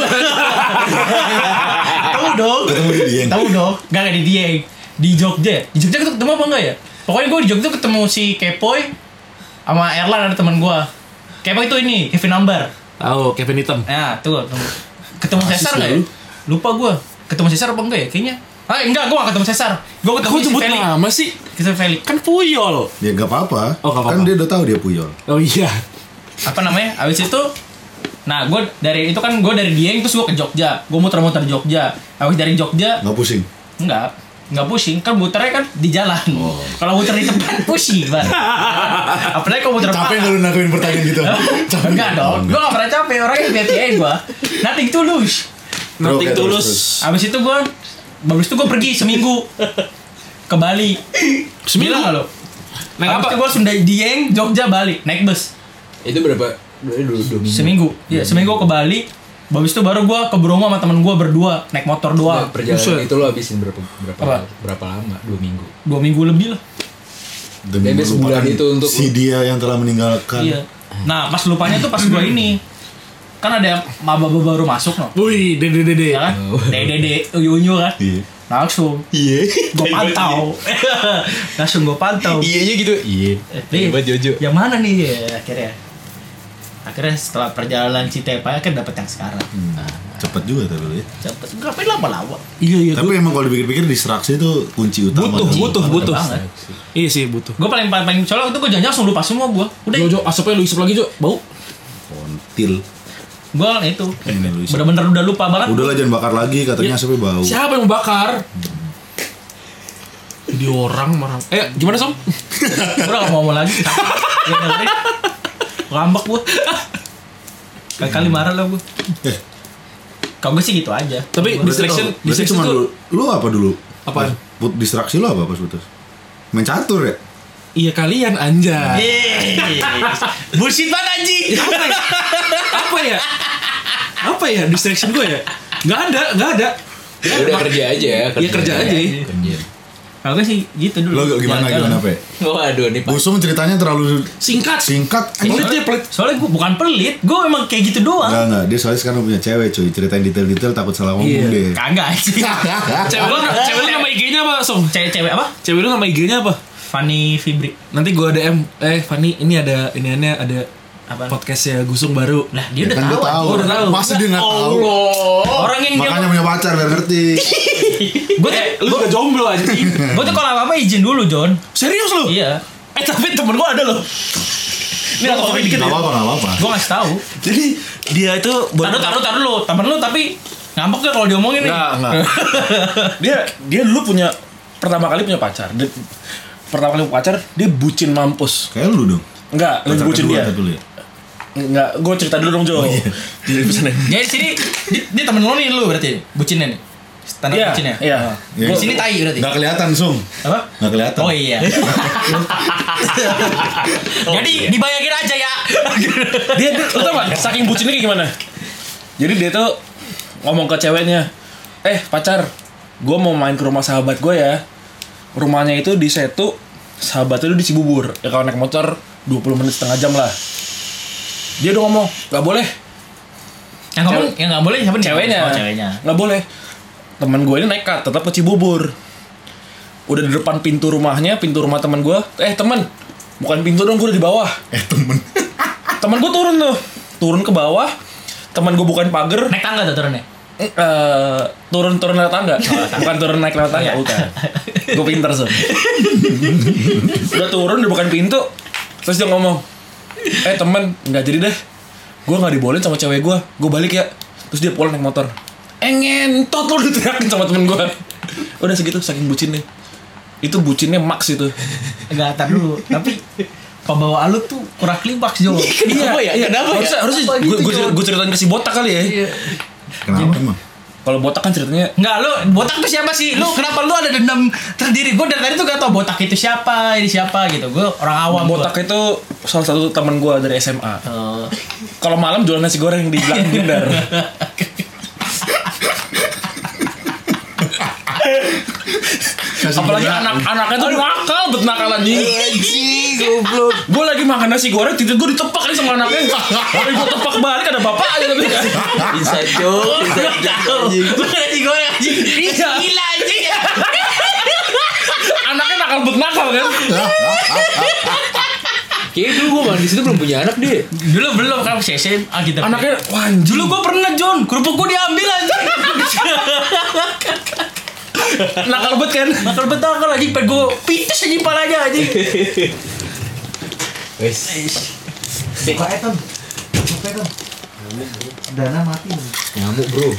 Ketemu di Dieng. Tahu dong. Gak di Dieng. Di Jogja. Di Jogja ketemu apa enggak ya? Pokoknya gue di Jogja ketemu si Kepoy sama Erlan, ada teman gue. Kepoy itu ini Kevin Ambar. Tahu Kevin Hitam. Nah, tuh ketemu Cesar enggak ya? Lupa gue. Ketemu Cesar apa enggak ya? Kayaknya. Enggak, gue gak ketemu Cesar. Gue ketemu Aku si sebut Felix. nama sih. Ketemu Felix. Kan Puyol. Ya gak apa-apa. Oh, gak apa-apa. Kan dia udah tahu dia Puyol. Oh iya. Apa namanya? Abis itu nah, gue dari itu kan gue dari Dieng terus gue ke Jogja. Gue muter-muter Jogja. Abis dari Jogja Nggak pusing. Enggak pusing, kan muternya kan di jalan. Kalau muter di tempat pusing banget. Apalagi kalau muter Capek nggak lu nakuin pertanyaan gitu? Enggak dong, gue gak pernah capek, orangnya happy aja gue. Nothing tulus. Nothing Oke, tulus. Abis itu gue pergi seminggu ke Bali. Seminggu? Gila gak lo? Naik Abis apa? itu gue langsung dari Dieng, Jogja, Bali, naik bus. Itu berapa? 2 minggu. Seminggu. Iya, seminggu ke Bali. Habis itu baru gue ke Bromo sama temen gue berdua naik motor doang. Perjalanan itu lo habisin Apa? berapa lama? 2 minggu. 2 minggu lebih lah. Demi Bebas melupakan sebulan itu untuk si dia yang telah meninggalkan. Iya. Nah, pas lupanya tuh pas gue ini. Kan ada yang maba baru masuk no. Wih, dede. Ya kan? Dede unyu kan. Iya. Langsung Iya. gue pantau. Langsung gue pantau. Iya gitu. Iya. Hebat Jojo. Yang mana nih ya, akhirnya setelah perjalanan Citepa kan dapat yang sekarang. Cepet juga tapi lu ya. Cepet. Ngapain lama-lama? Iya. Tapi emang kalau dipikir-pikir distraksi itu kunci utama. Butuh. Banget. Iya sih butuh. Gue paling soalnya itu gue jangan langsung lupa semua gue. Udah. Jo, asapnya lu isep lagi Jo, bau. Kontil. Gue itu Ini lu isi. bener-bener udah lupa banget. Udahlah jangan bakar lagi katanya asapnya bau. Siapa yang bakar? Di orang marah. Gimana Som? Gue udah gak mau ngomong lagi. Ya dengerin. Ngambek gue. Kali marah lah gue. Kalau gue sih gitu aja. Tapi distraction cuma tuh. lu apa dulu? Apaan? Distraksi lu apa pas putus? Main catur ya? Iya kalian anjay. Bullshit banget anjing. Apa ya distraction gue ya? Nggak ada. Ya udah kerja aja ya. Iya kerja aja. Kerja. Kalau gue sih gitu dulu. Lo gimana Pe? Waduh nih Pak. Busung ceritanya terlalu Singkat. Soalnya gue bukan pelit, gue emang kayak gitu doang. Enggak, dia soalnya sekarang punya cewek cuy. Ceritain detail-detail takut salah ngomong deh. Kagak anjing. Cewek lu nama IG-nya apa Som? Cewek apa? Cewek lu nama IG-nya apa? Fanny Fibri. Nanti gue DM. Fanny ini ada Apa? podcastnya Gusung baru. Lah dia udah Kan tahu. dia tahu. udah tahu. Masa dia nggak tahu? Orang yang Makanya punya pacar biar ngerti. Lu juga jomblo anjing. gue tuh kalau apa-apa izin dulu, John. Serius lu? Iya. Tapi temen gue ada loh. Ini aku ngomongin dikit Gak ya. apa-apa. Gue ngasih tahu. Jadi dia itu Taruh dulu. Temen lu tapi ngambek gak kalau diomongin nih? Enggak. dia dulu pertama kali punya pacar. Pertama kali punya pacar, dia bucin mampus. Kayak lu dong. Enggak, lebih Pacar bucin kedua dia. dulu ya? Enggak, gue cerita dulu dong Jo. Jadi pesannya. Jadi sini dia temen lu nih lu berarti bucinnya nih. Standar Iya, bucinnya. iya. Di sini tai berarti. Gak kelihatan Sung. Apa? Gak kelihatan. Oh iya. Jadi dibayangin aja ya. Dia lu tau gak saking bucinnya kayak gimana? Jadi dia tuh ngomong ke ceweknya, pacar, gue mau main ke rumah sahabat gue ya. Rumahnya itu di Setu, sahabatnya itu di Cibubur. Ya kalau naik motor 20 menit setengah jam lah. Dia udah ngomong, gak boleh. Yang ngomong yang nggak boleh siapa nih? Ceweknya. Oh, ceweknya. Gak boleh. Temen gue ini nekat, tetap ke Cibubur. Udah di depan pintu rumah temen gue. Temen, bukan pintu dong, gue udah di bawah. Temen. Temen gue turun ke bawah. Temen gue bukan pagar. Naik tangga tuh turunnya. Turun lewat tangga. Bukan turun naik lewat tangga, bukan. Gue pinter so. Udah turun, udah bukan pintu. Terus dia ngomong, temen, nggak jadi deh. Gue nggak dibolehin sama cewek gue. Gue balik ya. Terus dia pulang naik motor. Ngentot lo diteriakin sama temen gue. Udah segitu, saking bucinnya. Itu bucinnya max itu. Enggak, tar dulu. Tapi pembawa lu tuh kurang klimaks Jo. Iya. Kenapa ya? Harusnya Apa gitu, Jo? gue ceritain ke si botak kali ya. Kenapa emang? Kalau botak kan ceritanya Enggak, lu botak itu siapa sih? Lu kenapa lu ada dendam terdiri? Gue dari tadi tuh gak tau botak itu siapa, ini siapa gitu. Gue orang awam. botak itu salah satu teman gue dari SMA. Oh. Kalau malam jualan nasi goreng di belakang Gindar. Apalagi anak-anaknya tuh nakal, nakal anjing. Goblok. Gue lagi makan nasi goreng, tidur gue ditepak nih sama anaknya. Tapi gue tepak balik ada bapaknya tapi. Inside joke anjing. Lu nasi goreng anjing. Gila anjing. Anaknya nakal kan. Kayaknya dulu gue di situ belum punya anak deh. Dulu belum kan SMA gitu. Anaknya wah anjing. Dulu gue pernah John, kerupuk gue diambil anjing. Nakal banget kan. Nakal betul anjing, pengen gue pites aja palanya anjing. Wes. Paeton. Dana mati. Nyamuk bro.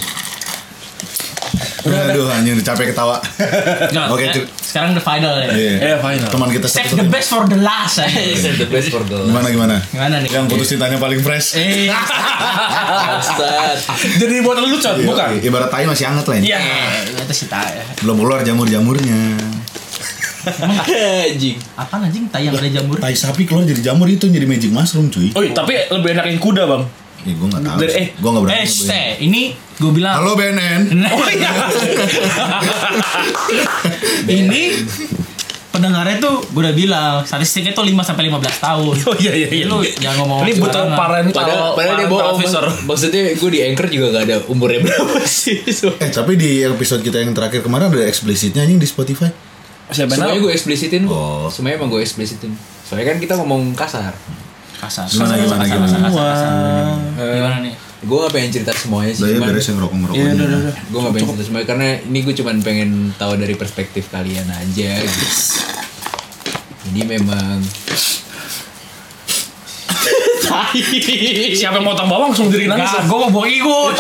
Aduh, anjing udah capek ketawa. Oke, sekarang the final ya. Iya final. Teman kita Save the best for the last. Save the best for the Gimana? Gimana nih? Yang putus cintanya paling fresh. Bangsat. Jadi buat lu Con, Iya, bukan? Ibarat tai masih hangat lah ini. Iya. Itu sih ya. Belum keluar jamur-jamurnya. Anjing. Apaan anjing tai yang ada jamur? Tai sapi keluar jadi jamur itu jadi magic mushroom cuy. Oh, tapi lebih enak yang kuda, Bang. Ih, gue nggak tahu. Dari- Gue nggak berani. Ini gue bilang. Halo BNN. Oh iya. Ini pendengarnya tuh gue udah bilang statistiknya tuh 5-15 tahun. Oh iya. Lu jangan ngomong Ini butuh sembarangan. parental. Padahal dia bohong. Maksudnya gue di Anchor juga gak ada umurnya berapa sih. Tapi di episode kita yang terakhir kemarin ada eksplisitnya anjing di Spotify. Siapa Semuanya tahu? gue eksplisitin. Oh. Semuanya emang gue eksplisitin. Soalnya kan kita ngomong kasar. Kasar. Gimana? Gimana nih? Gue gak pengen cerita semuanya sih. Udah ya Cuman beres yang ngerokok-ngerokok. Iya, udah. gue gak pengen cerita semuanya karena ini gue cuman pengen tahu dari perspektif kalian aja gitu. Jadi memang Siapa yang motong bawang langsung diri nangis. Gue mau bawa ikut.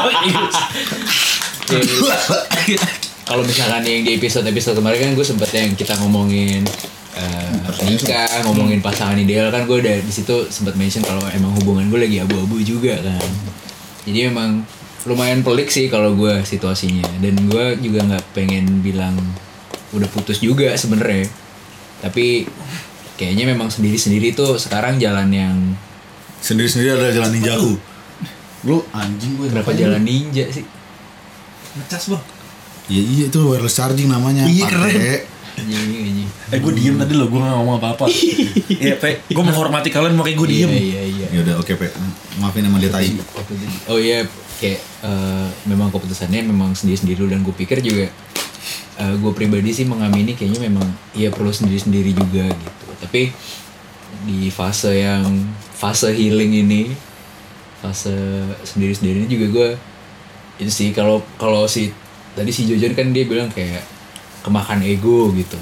kalau misalkan yang di episode kemarin kan gue sempet yang kita ngomongin nikah, ngomongin pasangan ideal kan gue udah di situ sempet mention kalau emang hubungan gue lagi abu-abu juga kan. Jadi emang lumayan pelik sih kalau gue situasinya dan gue juga nggak pengen bilang udah putus juga sebenarnya. Tapi kayaknya memang sendiri-sendiri tuh sekarang jalan yang Sendiri-sendiri adalah jalan ninjaku. Lu anjing gue. kenapa jalan ninja sih? Ngecas bang. Iya itu wireless charging namanya. Iya, Pakai. Anjing. Gue diem tadi loh, gue gak ngomong apa-apa. Iya, Pe. Gue menghormati kalian makanya gue diem. Iya. Ya udah oke, Pe. Maafin sama dia tai. Oh iya, kayak memang keputusannya memang sendiri-sendiri dulu dan gue pikir juga gue pribadi sih mengamini kayaknya memang ya perlu sendiri-sendiri juga gitu. Tapi di fase healing ini, fase sendiri-sendiri ini juga gue itu sih kalau si tadi si Jojon kan dia bilang kayak kemakan ego gitu.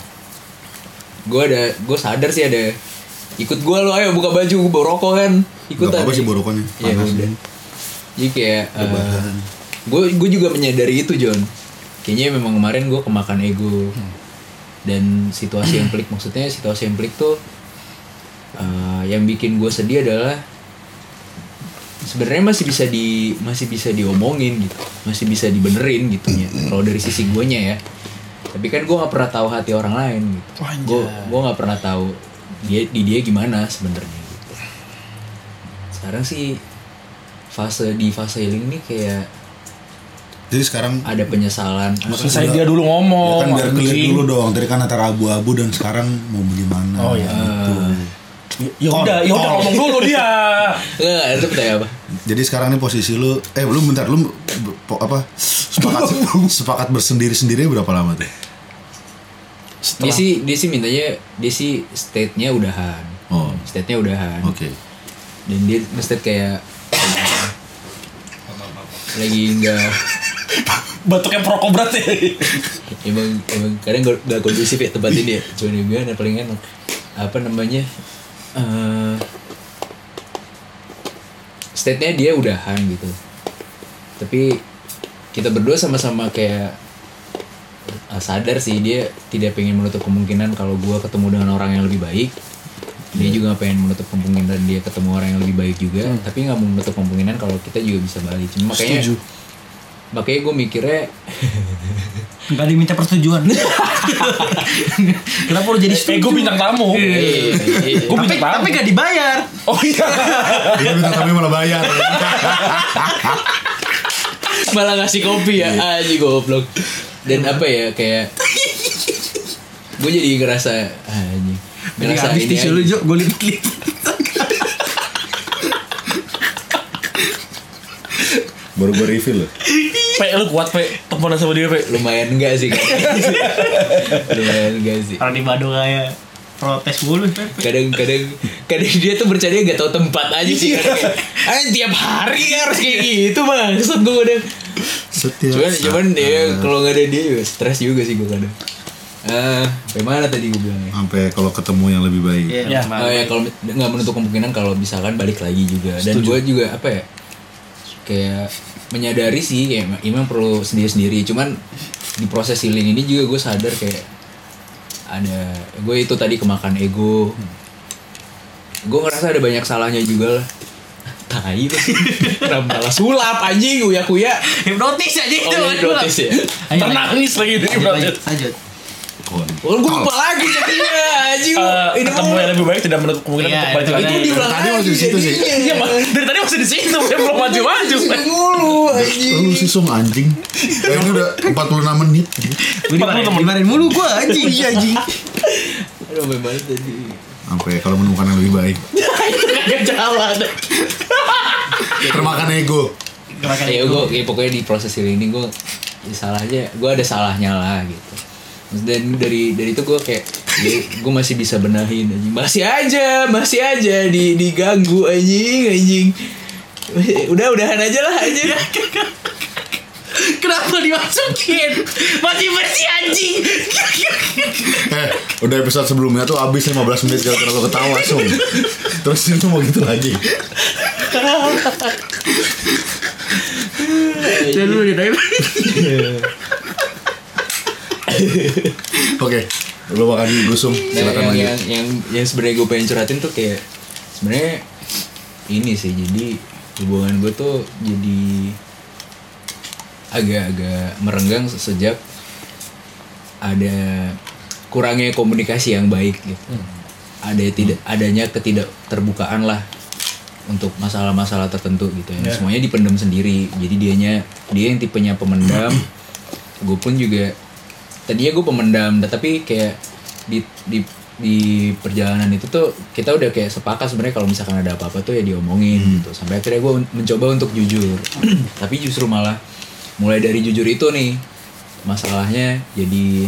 Gue sadar sih ada ikut gue lo ayo buka baju gue bawa rokok kan ikutan. Gak apa-apa sih boroknya. Iya udah. Jadi kayak gue juga menyadari itu John. Kayaknya memang kemarin gue kemakan ego dan situasi yang pelik tuh yang bikin gue sedih adalah sebenarnya masih bisa diomongin gitu, masih bisa dibenerin gitunya kalau dari sisi guanya ya. Tapi kan gue nggak pernah tahu hati orang lain gitu. Gue nggak pernah tahu dia gimana sebenarnya gitu. Sekarang sih fase healing nih kayak Jadi sekarang ada penyesalan. Selesai dia dulu ngomong. ya kan biar clear anjing. dulu dong. Tadi kan antara abu-abu dan sekarang mau bagaimana. Oh, iya. Gitu. Ya udah ngomong dulu dia. Enggak, itu pertanyaan apa? Jadi sekarang nih posisi lu belum bentar lu sepakat bersendiri-sendiri berapa lama tuh? Dia sih mintanya state-nya udahan. Oh. State-nya udahan. Oke. Dan dia nge-state kayak lagi enggak Batuknya perokok berat ya. emang kadang gak kondusif ya tempat ini ya. Cuma dia bilang yang paling enak apa namanya state-nya dia udahan gitu. Tapi kita berdua sama-sama kayak sadar sih dia tidak pengen menutup kemungkinan kalau gue ketemu dengan orang yang lebih baik. Dia juga gak pengen menutup kemungkinan dia ketemu orang yang lebih baik juga. Tapi gak mau menutup kemungkinan kalau kita juga bisa balik. Cuma makanya makanya gue mikirnya Nggak diminta persetujuan. Kenapa lu jadi setuju? Gue bintang tamu. Gue bintang tamu. Tapi gak dibayar. Oh iya. Dia bintang tamu malah bayar. malah ngasih kopi ya, aja goblok. Dan apa ya, kayak gue jadi ngerasa ngerasa habis ini tisu lu Jo, gue liat. Baru gue refill loh. Pe, lu kuat Pe, teleponan sama dia Pe. lumayan enggak sih lumayan enggak sih. Kalau di Bado kayak protes mulu Kadang dia tuh bercanda gak tahu tempat aja sih. Tiap hari harus kayak gitu bang. Kesel gue kadang. Cuman dia kalau nggak ada dia juga stres juga sih gue kadang. Bagaimana tadi gue bilangnya? Sampai kalau ketemu yang lebih baik. ya. Kalau nggak menutup kemungkinan kalau misalkan balik lagi juga. Dan gue juga apa ya? Kayak menyadari sih kayak emang perlu sendiri-sendiri. Cuman di proses healing ini juga gue sadar kayak ada gue itu tadi kemakan ego. Gue ngerasa ada banyak salahnya juga lah. Tai lu. Malah sulap anjing kuya. Hipnotis aja itu. Hipnotis ya. Ternangis lagi dari Ibrahim. Lanjut. Oh, gue lupa lagi jadinya anjing. Ini Ketemu yang lebih baik tidak menutup kemungkinan Iya, untuk balik itu lagi. ada. itu diulang Tadi lagi masih di situ sih. jadinya. Iya, dari tadi masih di situ, saya belum maju-maju. Dulu anjing. Lu sih song anjing. Ini udah 46 menit. Dimarahin mulu gue anjing. Iya anjing. Aduh, memang tadi. Sampai kalau menemukan yang lebih baik. Kagak jalan. Termakan ego. Ya gue pokoknya di proses ini gue salahnya, gue ada salahnya lah gitu. Dan dari itu gue kayak gue masih bisa benahin anjing. Masih aja diganggu anjing. Udahan aja lah anjing. Kenapa dimasukin? Masih bersih anjing. Udah episode sebelumnya tuh habis 15 menit gara-gara lo ketawa song. Terus itu mau gitu lagi. Jangan dulu gitu. Oke, lo makan di Gusum. Silakan lagi. yang sebenarnya gue pengen curhatin tuh kayak sebenarnya ini sih, jadi hubungan gue tuh jadi agak merenggang sejak ada kurangnya komunikasi yang baik gitu. Adanya ketidakterbukaan lah untuk masalah-masalah tertentu gitu ya. Semuanya dipendam sendiri. Jadi dia yang tipenya pemendam. Gue pun juga tadinya gue pemendam, tapi kayak di perjalanan itu tuh kita udah kayak sepakat sebenarnya kalau misalkan ada apa-apa tuh ya diomongin gitu. Sampai akhirnya gue mencoba untuk jujur. Tapi justru malah mulai dari jujur itu nih masalahnya jadi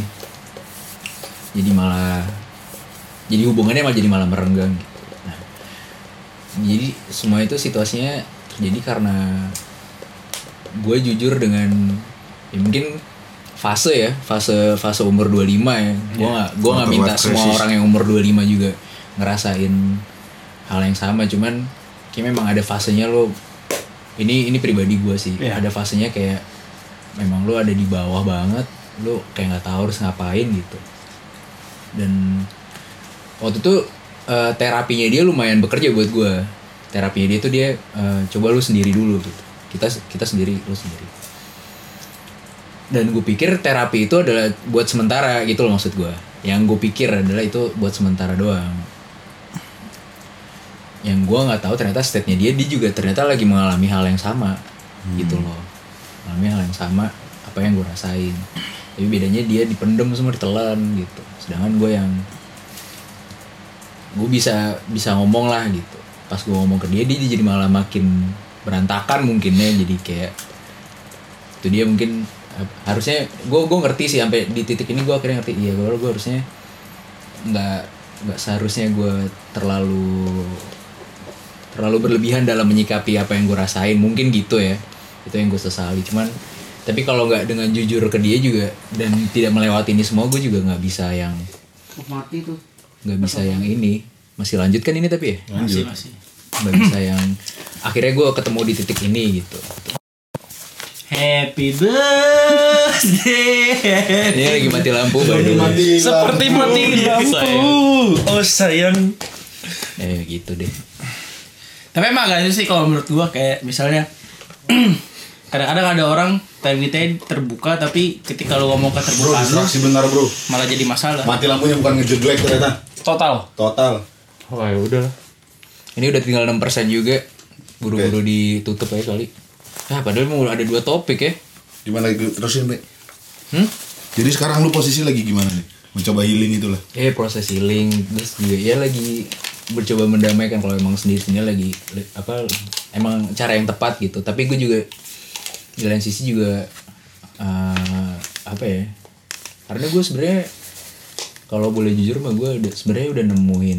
hubungannya malah merenggang gitu. Nah, jadi semua itu situasinya terjadi karena gue jujur dengan ya mungkin fase umur 25 ya. Gue nggak minta semua orang yang umur 25 juga ngerasain hal yang sama, cuman kayak memang ada fasenya lo ini pribadi gue sih. Ada fasenya kayak memang lo ada di bawah banget, lo kayak nggak tahu harus ngapain gitu. Dan waktu itu terapinya dia lumayan bekerja buat gue. Terapinya dia tuh coba lu sendiri dulu gitu. Kita sendiri, lu sendiri. Dan gue pikir terapi itu adalah buat sementara gitu loh, maksud gue. Yang gue pikir adalah itu buat sementara doang. Yang gue nggak tahu ternyata state-nya dia juga ternyata lagi mengalami hal yang sama gitu loh. Mengalami hal yang sama apa yang gue rasain. Tapi bedanya dia dipendem semua, ditelan gitu. Sedangkan gue bisa ngomong lah gitu. Pas gue ngomong ke dia jadi malah makin berantakan mungkinnya. Jadi kayak itu dia mungkin harusnya gue ngerti sih sampai di titik ini gue akhirnya ngerti. Iya gue harusnya nggak seharusnya gue terlalu berlebihan dalam menyikapi apa yang gue rasain, mungkin gitu ya. Itu yang gue sesali. Cuman tapi kalau nggak dengan jujur ke dia juga dan tidak melewati ini semua, gue juga nggak bisa yang mati tuh. Nggak bisa yang ini. Masih lanjut kan ini tapi ya? Masih. Nggak bisa yang akhirnya gue ketemu di titik ini gitu. Happy birthday. Ini lagi mati lampu Seperti mati lampu. Oh sayang. Gitu deh. Tapi emang gak sih kalau menurut gua kayak misalnya Kadang-kadang ada orang time terbuka tapi ketika lu ngomong Bro, keterbukaan lu distraksi bentar bro. malah jadi masalah. Mati lampunya bukan ngejelek ternyata. Total. Wah ya udah lah. Ini udah tinggal 6% juga. Buru-buru ditutup aja kali. Padahal mau ada 2 topik ya. Gimana terusin, Bre? Jadi sekarang lu posisi lagi gimana nih? Mencoba healing itulah. Proses healing terus juga ya lagi mencoba mendamaikan kalau emang sendiri lagi emang cara yang tepat gitu. Tapi gue juga di lain sisi juga karena gue sebenarnya kalau boleh jujur mah gue sebenarnya udah nemuin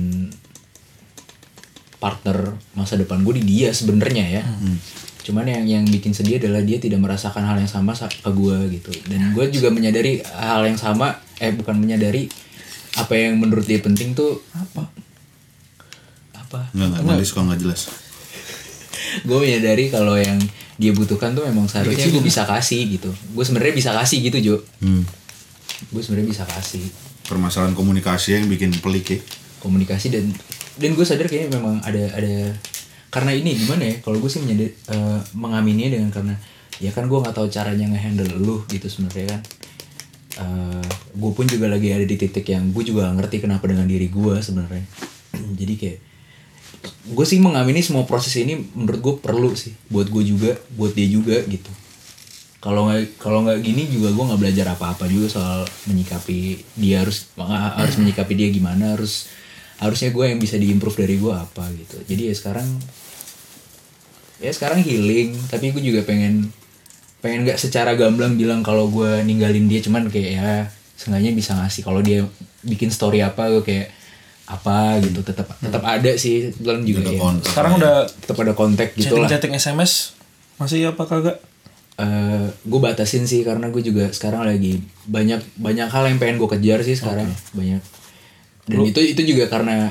partner masa depan gue di dia sebenarnya ya. Cuman yang bikin sedih adalah dia tidak merasakan hal yang sama ke gue gitu. Dan gue juga menyadari hal yang sama, bukan menyadari apa yang menurut dia penting tuh apa? Enggak, Malis kok nggak jelas. Gue menyadari kalau yang dia butuhkan tuh memang seharusnya gue bisa kasih gitu. Gue sebenarnya bisa kasih gitu Jo. Gue sebenarnya bisa kasih. Permasalahan komunikasi yang bikin pelik ya. Komunikasi dan gue sadar kayaknya memang ada karena ini gimana ya? Kalau gue sih mengamininya dengan karena ya kan gue nggak tahu caranya ngehandle lu gitu sebenarnya kan. Gue pun juga lagi ada di titik yang gue juga gak ngerti kenapa dengan diri gue sebenarnya. Jadi kayak gue sih mengamini semua proses ini menurut gue perlu sih buat gue juga, buat dia juga gitu. Kalau nggak gini juga gue nggak belajar apa-apa juga soal menyikapi dia harus menyikapi dia gimana, harusnya gue yang bisa diimprove dari gue apa gitu. Jadi ya sekarang healing, tapi gue juga pengen nggak secara gamblang bilang kalau gue ninggalin dia, cuman kayak ya seenggaknya bisa ngasih kalau dia bikin story apa gue kayak apa gitu tetap ada sih belum juga ya. Sekarang udah tetap ada kontak gitu lah. Chatting SMS masih apa kagak? Gue batasin sih karena gue juga sekarang lagi banyak hal yang pengen gue kejar sih sekarang. Banyak. Dan itu juga karena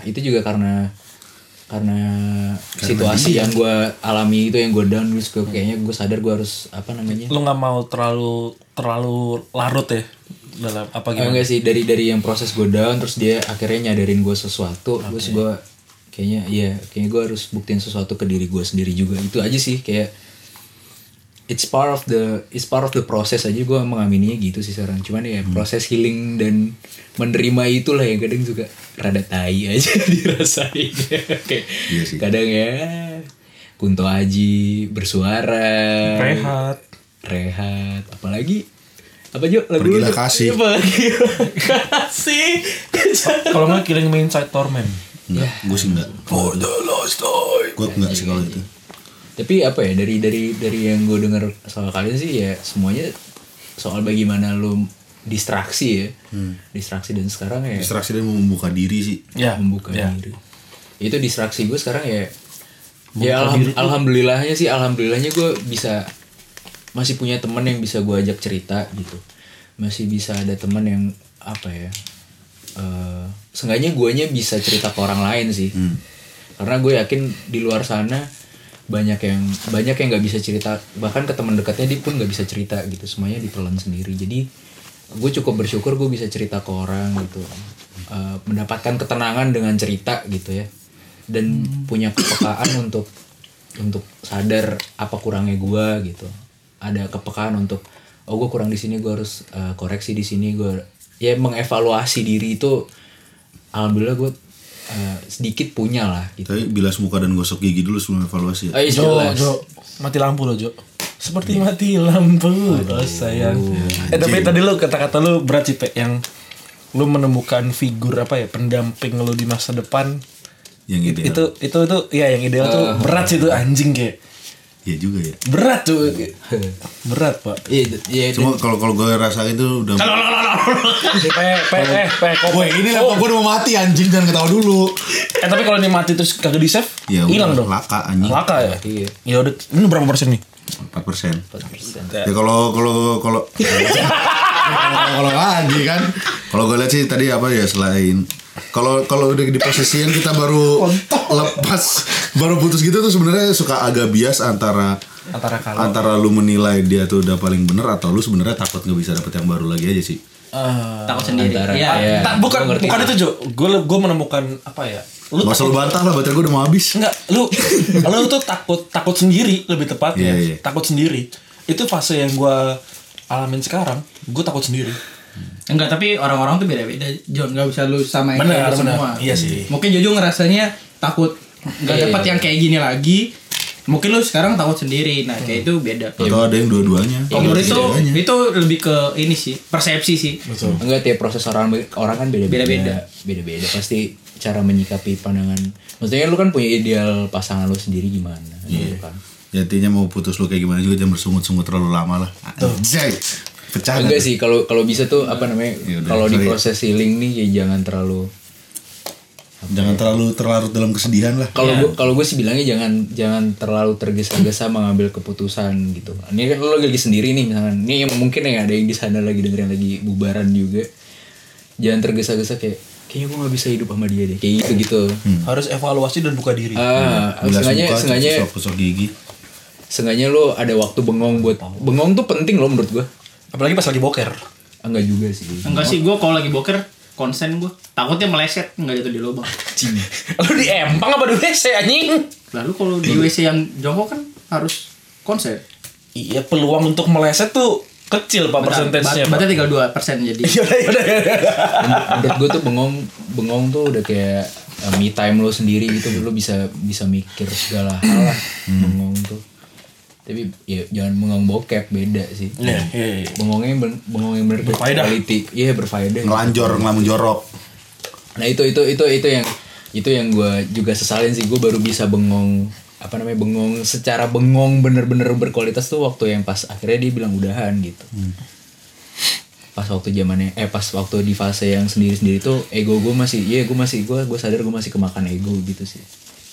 situasi yang gue alami itu yang gue down, terus kayaknya gue sadar gue harus lu nggak mau terlalu larut ya dalam apa gimana? Enggak sih, dari yang proses gue down terus dia akhirnya nyadarin gue sesuatu. Terus gue kayaknya gue harus buktiin sesuatu ke diri gue sendiri juga. Itu aja sih, kayak it's part of the process aja. Gue mengamininya gitu sih sekarang. Cuman ya proses healing dan menerima itulah yang kadang juga rada tai aja dirasain. Kayak kadang ya Kunto Aji bersuara, rehat, apalagi apa Jo lagu Pergilah Kasih. Kasih. Kalau nggak Killing Me Inside Torment. Enggak, gue sih enggak. For the last time. Gue enggak sih kalau itu. Tapi apa ya, dari yang gue dengar soal kalian sih ya semuanya soal bagaimana lu distraksi ya. Distraksi dan sekarang ya Distraksi dan membuka diri sih. Ya, membuka diri. Itu distraksi gue sekarang ya. Alhamdulillahnya gue bisa masih punya teman yang bisa gue ajak cerita gitu. Masih bisa ada teman yang apa ya? Seenggaknya guanya bisa cerita ke orang lain sih. Karena gue yakin di luar sana banyak yang nggak bisa cerita, bahkan ke teman dekatnya dia pun nggak bisa cerita gitu, semuanya ditelan sendiri. Jadi gue cukup bersyukur gue bisa cerita ke orang gitu, mendapatkan ketenangan dengan cerita gitu ya, dan punya kepekaan untuk sadar apa kurangnya gue gitu. Ada kepekaan untuk gue kurang di sini, gue harus koreksi di sini, gue ya mengevaluasi diri itu. Alhamdulillah gue sedikit punya lah gitu. Tapi bilas muka dan gosok gigi dulu sebelum evaluasi ya. Jo, mati lampu lo Jo. Seperti mati lampu. Sayang. Tapi tadi lo kata-kata lo berat sih Pe, yang lo menemukan figur apa ya, pendamping lo di masa depan. Yang ideal. Itu ya yang ideal tuh berat sih, itu anjing kayak. Iya juga ya. Berat tuh. Berat Pak. Iya. Cuma kalau gue rasain tuh udah. Woi ini laptop gue udah mau mati anjing, jangan ketawa dulu. Tapi kalau ini mati terus kagak di save, ya hilang dong. Laka anjing. Laka ya. Iya. Ya udah, ini berapa persen nih? 4%. Ya kalau lagi kan. Kalau gue lihat sih tadi apa ya, selain kalau udah di posisian kita baru lepas, baru putus gitu tuh sebenarnya suka agak bias antara lu menilai dia tuh udah paling bener atau lu sebenarnya takut nggak bisa dapet yang baru lagi aja sih. Takut sendiri. Bukan itu Jo. Gue menemukan apa ya? Masa lu bantah lah, baterai gue udah mau habis. Enggak, lu tuh takut sendiri lebih tepatnya. Iya. Takut sendiri. Itu fase yang gue alamin sekarang. Gue takut sendiri. Enggak, tapi orang-orang tuh beda-beda. John, nggak bisa lu samain Benar, kayak benar. semua. Iya sih. Mungkin Jojo ngerasanya takut nggak Iya, dapat iya. yang kayak gini lagi. Mungkin lu sekarang takut sendiri. Nah, kayak itu beda. Atau ada yang dua-duanya. Kalau menurut Tiga-tiganya. itu lebih ke ini sih, persepsi sih. Betul. Enggak, tiap proses orang kan beda-beda. Beda-beda pasti cara menyikapi pandangan. Maksudnya lu kan punya ideal pasangan lu sendiri gimana gitu kan. Jadinya mau putus lu kayak gimana juga jangan bersungut-sungut terlalu lama lah. Anjay. Pecah. Enggak kan? sih, kalau bisa tuh apa namanya? Ya udah, Kalau di sorry. proses healing nih ya jangan terlalu Jangan terlalu terlarut dalam kesedihan lah. kalau gue sih bilangnya jangan terlalu tergesa-gesa mengambil keputusan gitu. Ini kan lo lagi sendiri nih misalkan. Ini mungkin yang ada yang di sana lagi dengerin lagi bubaran juga. Jangan tergesa-gesa kayaknya gue nggak bisa hidup sama dia deh. Kayak gitu. Harus evaluasi dan buka diri. Sengaja gosok gigi. sengaja lo ada waktu bengong buat bengong tuh penting lo menurut gue. Apalagi pas lagi boker. Enggak juga sih. Enggak sih, gue kalau lagi boker konsen gue. Takutnya meleset, nggak jatuh di lubang. Lu di empang apa di WC anjing? Lalu kalau di WC yang jongkok kan harus konsen. Iya, peluang untuk meleset tuh kecil Pak persentasenya. Berarti tinggal 2% jadi. Yaudah. Menurut gue tuh bengong tuh udah kayak me time lo sendiri gitu. Lo bisa mikir segala hal lah. Bengong tuh. Tapi ya jangan bengong bokep, beda sih. Iya. Bengong yang bener Berfaedah. quality. Iya, berfaedah. Ngelamun jorok. Nah, itu yang gue juga sesalin sih. Gue baru bisa bengong secara bengong bener-bener berkualitas tuh waktu yang pas akhirnya dia bilang udahan gitu. Pas waktu waktu di fase yang sendiri-sendiri tuh ego gue gue sadar gue masih kemakan ego gitu sih.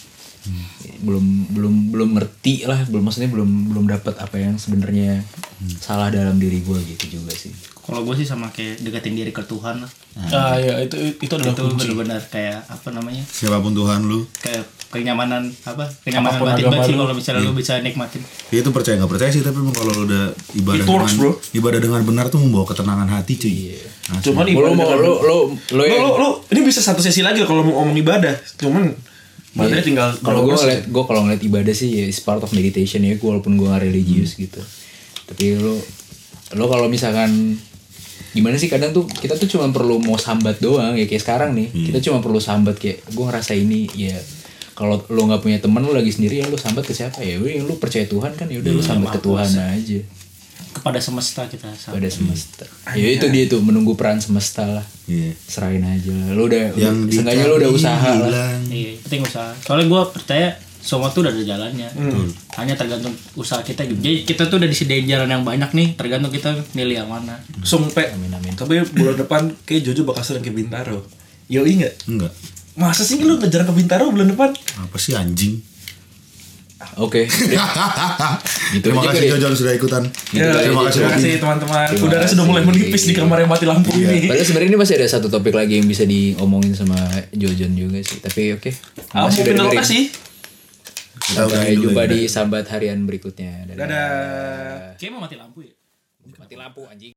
Belum ngerti lah, maksudnya belum dapat apa yang sebenarnya salah dalam diri gue gitu juga sih. Kalau gue sih sama kayak deketin diri ke Tuhan lah. Ah ya itu adalah Itu kunci. benar-benar kayak apa namanya? Siapapun Tuhan lu. Kayak kenyamanan batin Apapun banget agama sih lu. kalau misalnya lu bisa nikmatin. Ya itu percaya nggak percaya sih, tapi memang kalau lu udah ibadah It works, bro. ibadah dengan benar tuh membawa ketenangan hati cuy. Asli. Cuman Lo ini bisa satu sesi lagi kalau mau ngomong ibadah. Cuman makanya tinggal kalau gue ngeliat ibadah sih ya is part of meditation ya, walaupun gue gak religius gitu. Tapi lo kalau misalkan gimana sih, kadang tuh kita tuh cuma perlu mau sambat doang ya, kayak sekarang nih kita cuma perlu sambat kayak gue ngerasa ini ya. Kalau lo nggak punya teman, lo lagi sendiri ya lo sambat ke siapa ya? Udah, lo percaya Tuhan kan ya udah lo sambat ke Tuhan aja. Kepada semesta kita sama. Pada semesta. Ya itu dia tuh menunggu peran semesta lah. Iya. Serahin aja lah. Lo udah Yang seenggaknya lo udah dicari usaha lah. hilang. Iya, penting usaha. Soalnya gue percaya semua tuh udah ada jalannya. Hanya tergantung usaha kita gitu. Jadi kita tuh udah disediain jalan yang banyak nih, tergantung kita milih yang mana. Sumpah. Amin. Tapi bulan depan kayak Jojo bakal sering ke Bintaro. Yoi nggak? Enggak. Masa sih lu ngejar ke Bintaro bulan depan? Apa sih anjing? Oke. Gitu Terima aja kasih kali ya. Jojon sudah ikutan. Ya, Terima kasih. terima Rocky. kasih teman-teman. Terima Udara kasih. sudah mulai menipis di kamar yang mati lampu ini. Padahal sebenarnya ini masih ada satu topik lagi yang bisa diomongin sama Jojon juga sih. Tapi oke. Mau pindah lokasi? Kita udahin Sampai dulu jumpa ya. di sambat harian berikutnya. Dadah. Kayaknya mau mati lampu ya. Mati lampu anjing.